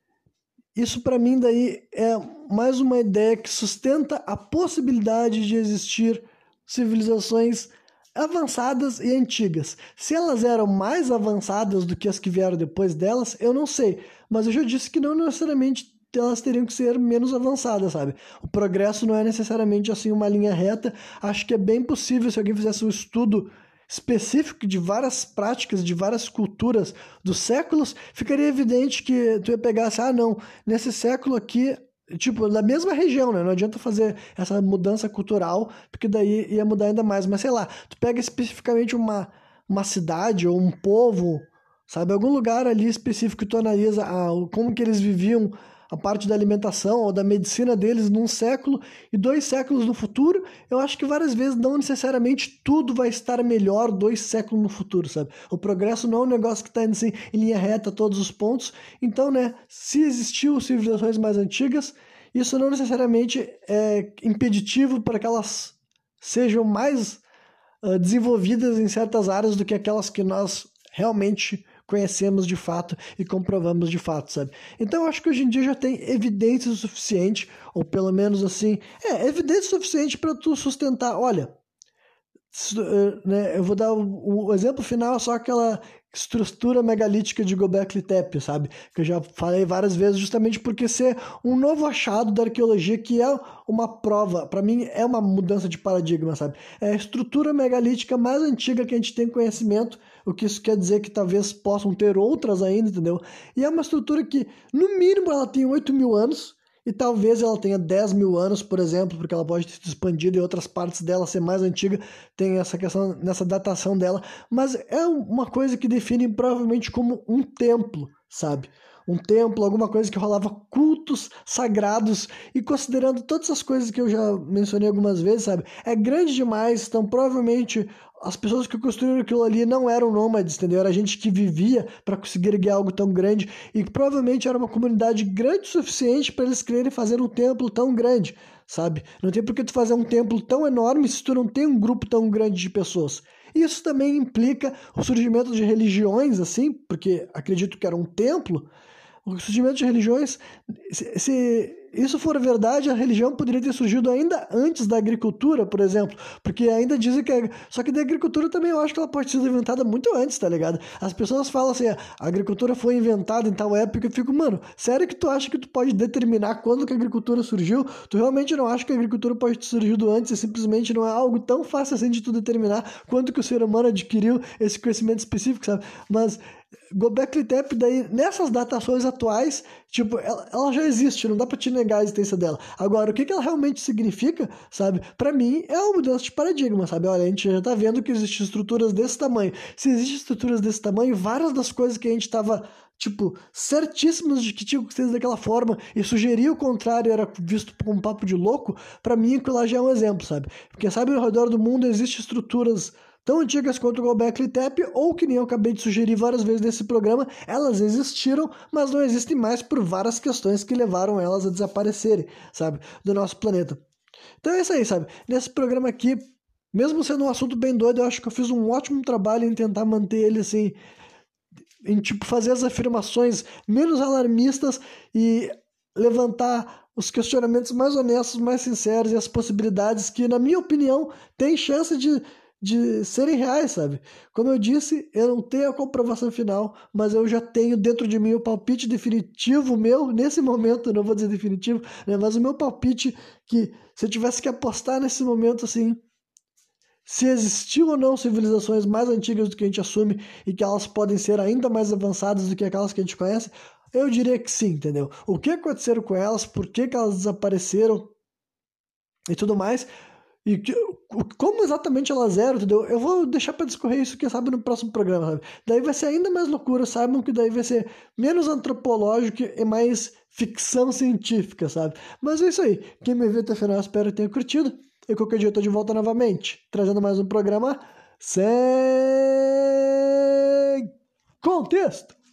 Isso para mim daí é mais uma ideia que sustenta a possibilidade de existir civilizações avançadas e antigas. Se elas eram mais avançadas do que as que vieram depois delas, eu não sei. Mas eu já disse que não necessariamente elas teriam que ser menos avançadas, sabe? O progresso não é necessariamente assim uma linha reta. Acho que é bem possível, se alguém fizesse um estudo específico de várias práticas, de várias culturas dos séculos, ficaria evidente que tu ia pegar assim, ah não, nesse século aqui, tipo, na mesma região, né? Não adianta fazer essa mudança cultural, porque daí ia mudar ainda mais. Mas sei lá, tu pega especificamente uma, uma cidade ou um povo, sabe? Algum lugar ali específico que tu analisa ah, como que eles viviam a parte da alimentação ou da medicina deles num século e dois séculos no futuro, eu acho que várias vezes não necessariamente tudo vai estar melhor dois séculos no futuro, sabe? O progresso não é um negócio que está indo assim em linha reta a todos os pontos. Então, né, se existiu civilizações mais antigas, isso não necessariamente é impeditivo para que elas sejam mais uh, desenvolvidas em certas áreas do que aquelas que nós realmente conhecemos de fato e comprovamos de fato, sabe? Então eu acho que hoje em dia já tem evidência o suficiente, ou pelo menos assim, é, evidência suficiente para tu sustentar, olha, né, eu vou dar o, o exemplo final, é só aquela estrutura megalítica de Göbekli Tepe, sabe? Que eu já falei várias vezes, justamente porque ser um novo achado da arqueologia, que é uma prova, para mim é uma mudança de paradigma, sabe? É a estrutura megalítica mais antiga que a gente tem conhecimento, o que isso quer dizer que talvez possam ter outras ainda, entendeu? E é uma estrutura que, no mínimo, ela tem oito mil anos, e talvez ela tenha dez mil anos, por exemplo, porque ela pode ter sido expandida e outras partes dela ser mais antiga, tem essa questão nessa datação dela, mas é uma coisa que define provavelmente como um templo, sabe? Um templo, alguma coisa que rolava cultos sagrados, e considerando todas as coisas que eu já mencionei algumas vezes, sabe? É grande demais, então provavelmente as pessoas que construíram aquilo ali não eram nômades, entendeu? Era gente que vivia para conseguir erguer algo tão grande, e provavelmente era uma comunidade grande o suficiente para eles quererem fazer um templo tão grande, sabe? Não tem por que tu fazer um templo tão enorme se tu não tem um grupo tão grande de pessoas. Isso também implica o surgimento de religiões, assim, porque acredito que era um templo. O surgimento de religiões, se, se isso for verdade, a religião poderia ter surgido ainda antes da agricultura, por exemplo, porque ainda dizem que... A, só que da agricultura também eu acho que ela pode ser inventada muito antes, tá ligado? As pessoas falam assim, a agricultura foi inventada em tal época, eu fico, mano, sério que tu acha que tu pode determinar quando que a agricultura surgiu? Tu realmente não acha que a agricultura pode ter surgido antes e simplesmente não é algo tão fácil assim de tu determinar quando que o ser humano adquiriu esse conhecimento específico, sabe? Mas... Göbekli Tepe, daí, nessas datações atuais, tipo, ela, ela já existe, não dá pra te negar a existência dela. Agora, o que, que ela realmente significa, sabe? Pra mim, é uma mudança de paradigma, sabe? Olha, a gente já tá vendo que existem estruturas desse tamanho. Se existem estruturas desse tamanho, várias das coisas que a gente tava, tipo, certíssimos de que tinham que ser daquela forma e sugerir o contrário era visto como um papo de louco, pra mim, aquilo lá já é um exemplo, sabe? Porque, sabe, ao redor do mundo existem estruturas tão antigas quanto o Göbekli Tepe, ou que nem eu acabei de sugerir várias vezes nesse programa, elas existiram, mas não existem mais por várias questões que levaram elas a desaparecerem, sabe, do nosso planeta. Então é isso aí, sabe, nesse programa aqui, mesmo sendo um assunto bem doido, eu acho que eu fiz um ótimo trabalho em tentar manter ele assim, em tipo, fazer as afirmações menos alarmistas e levantar os questionamentos mais honestos, mais sinceros e as possibilidades que, na minha opinião, tem chance de de serem reais, sabe? Como eu disse, eu não tenho a comprovação final, mas eu já tenho dentro de mim o palpite definitivo meu, nesse momento, não vou dizer definitivo, né? Mas o meu palpite que, se eu tivesse que apostar nesse momento, assim, se existiu ou não civilizações mais antigas do que a gente assume e que elas podem ser ainda mais avançadas do que aquelas que a gente conhece, eu diria que sim, entendeu? O que aconteceu com elas, por que que elas desapareceram e tudo mais... E que, como exatamente elas eram, entendeu? Eu vou deixar para discorrer isso, quem sabe, no próximo programa, sabe? Daí vai ser ainda mais loucura, saibam que daí vai ser menos antropológico e mais ficção científica, sabe? Mas é isso aí. Quem me viu até o final, espero que tenha curtido. E qualquer dia eu tô de volta novamente, trazendo mais um programa sem contexto.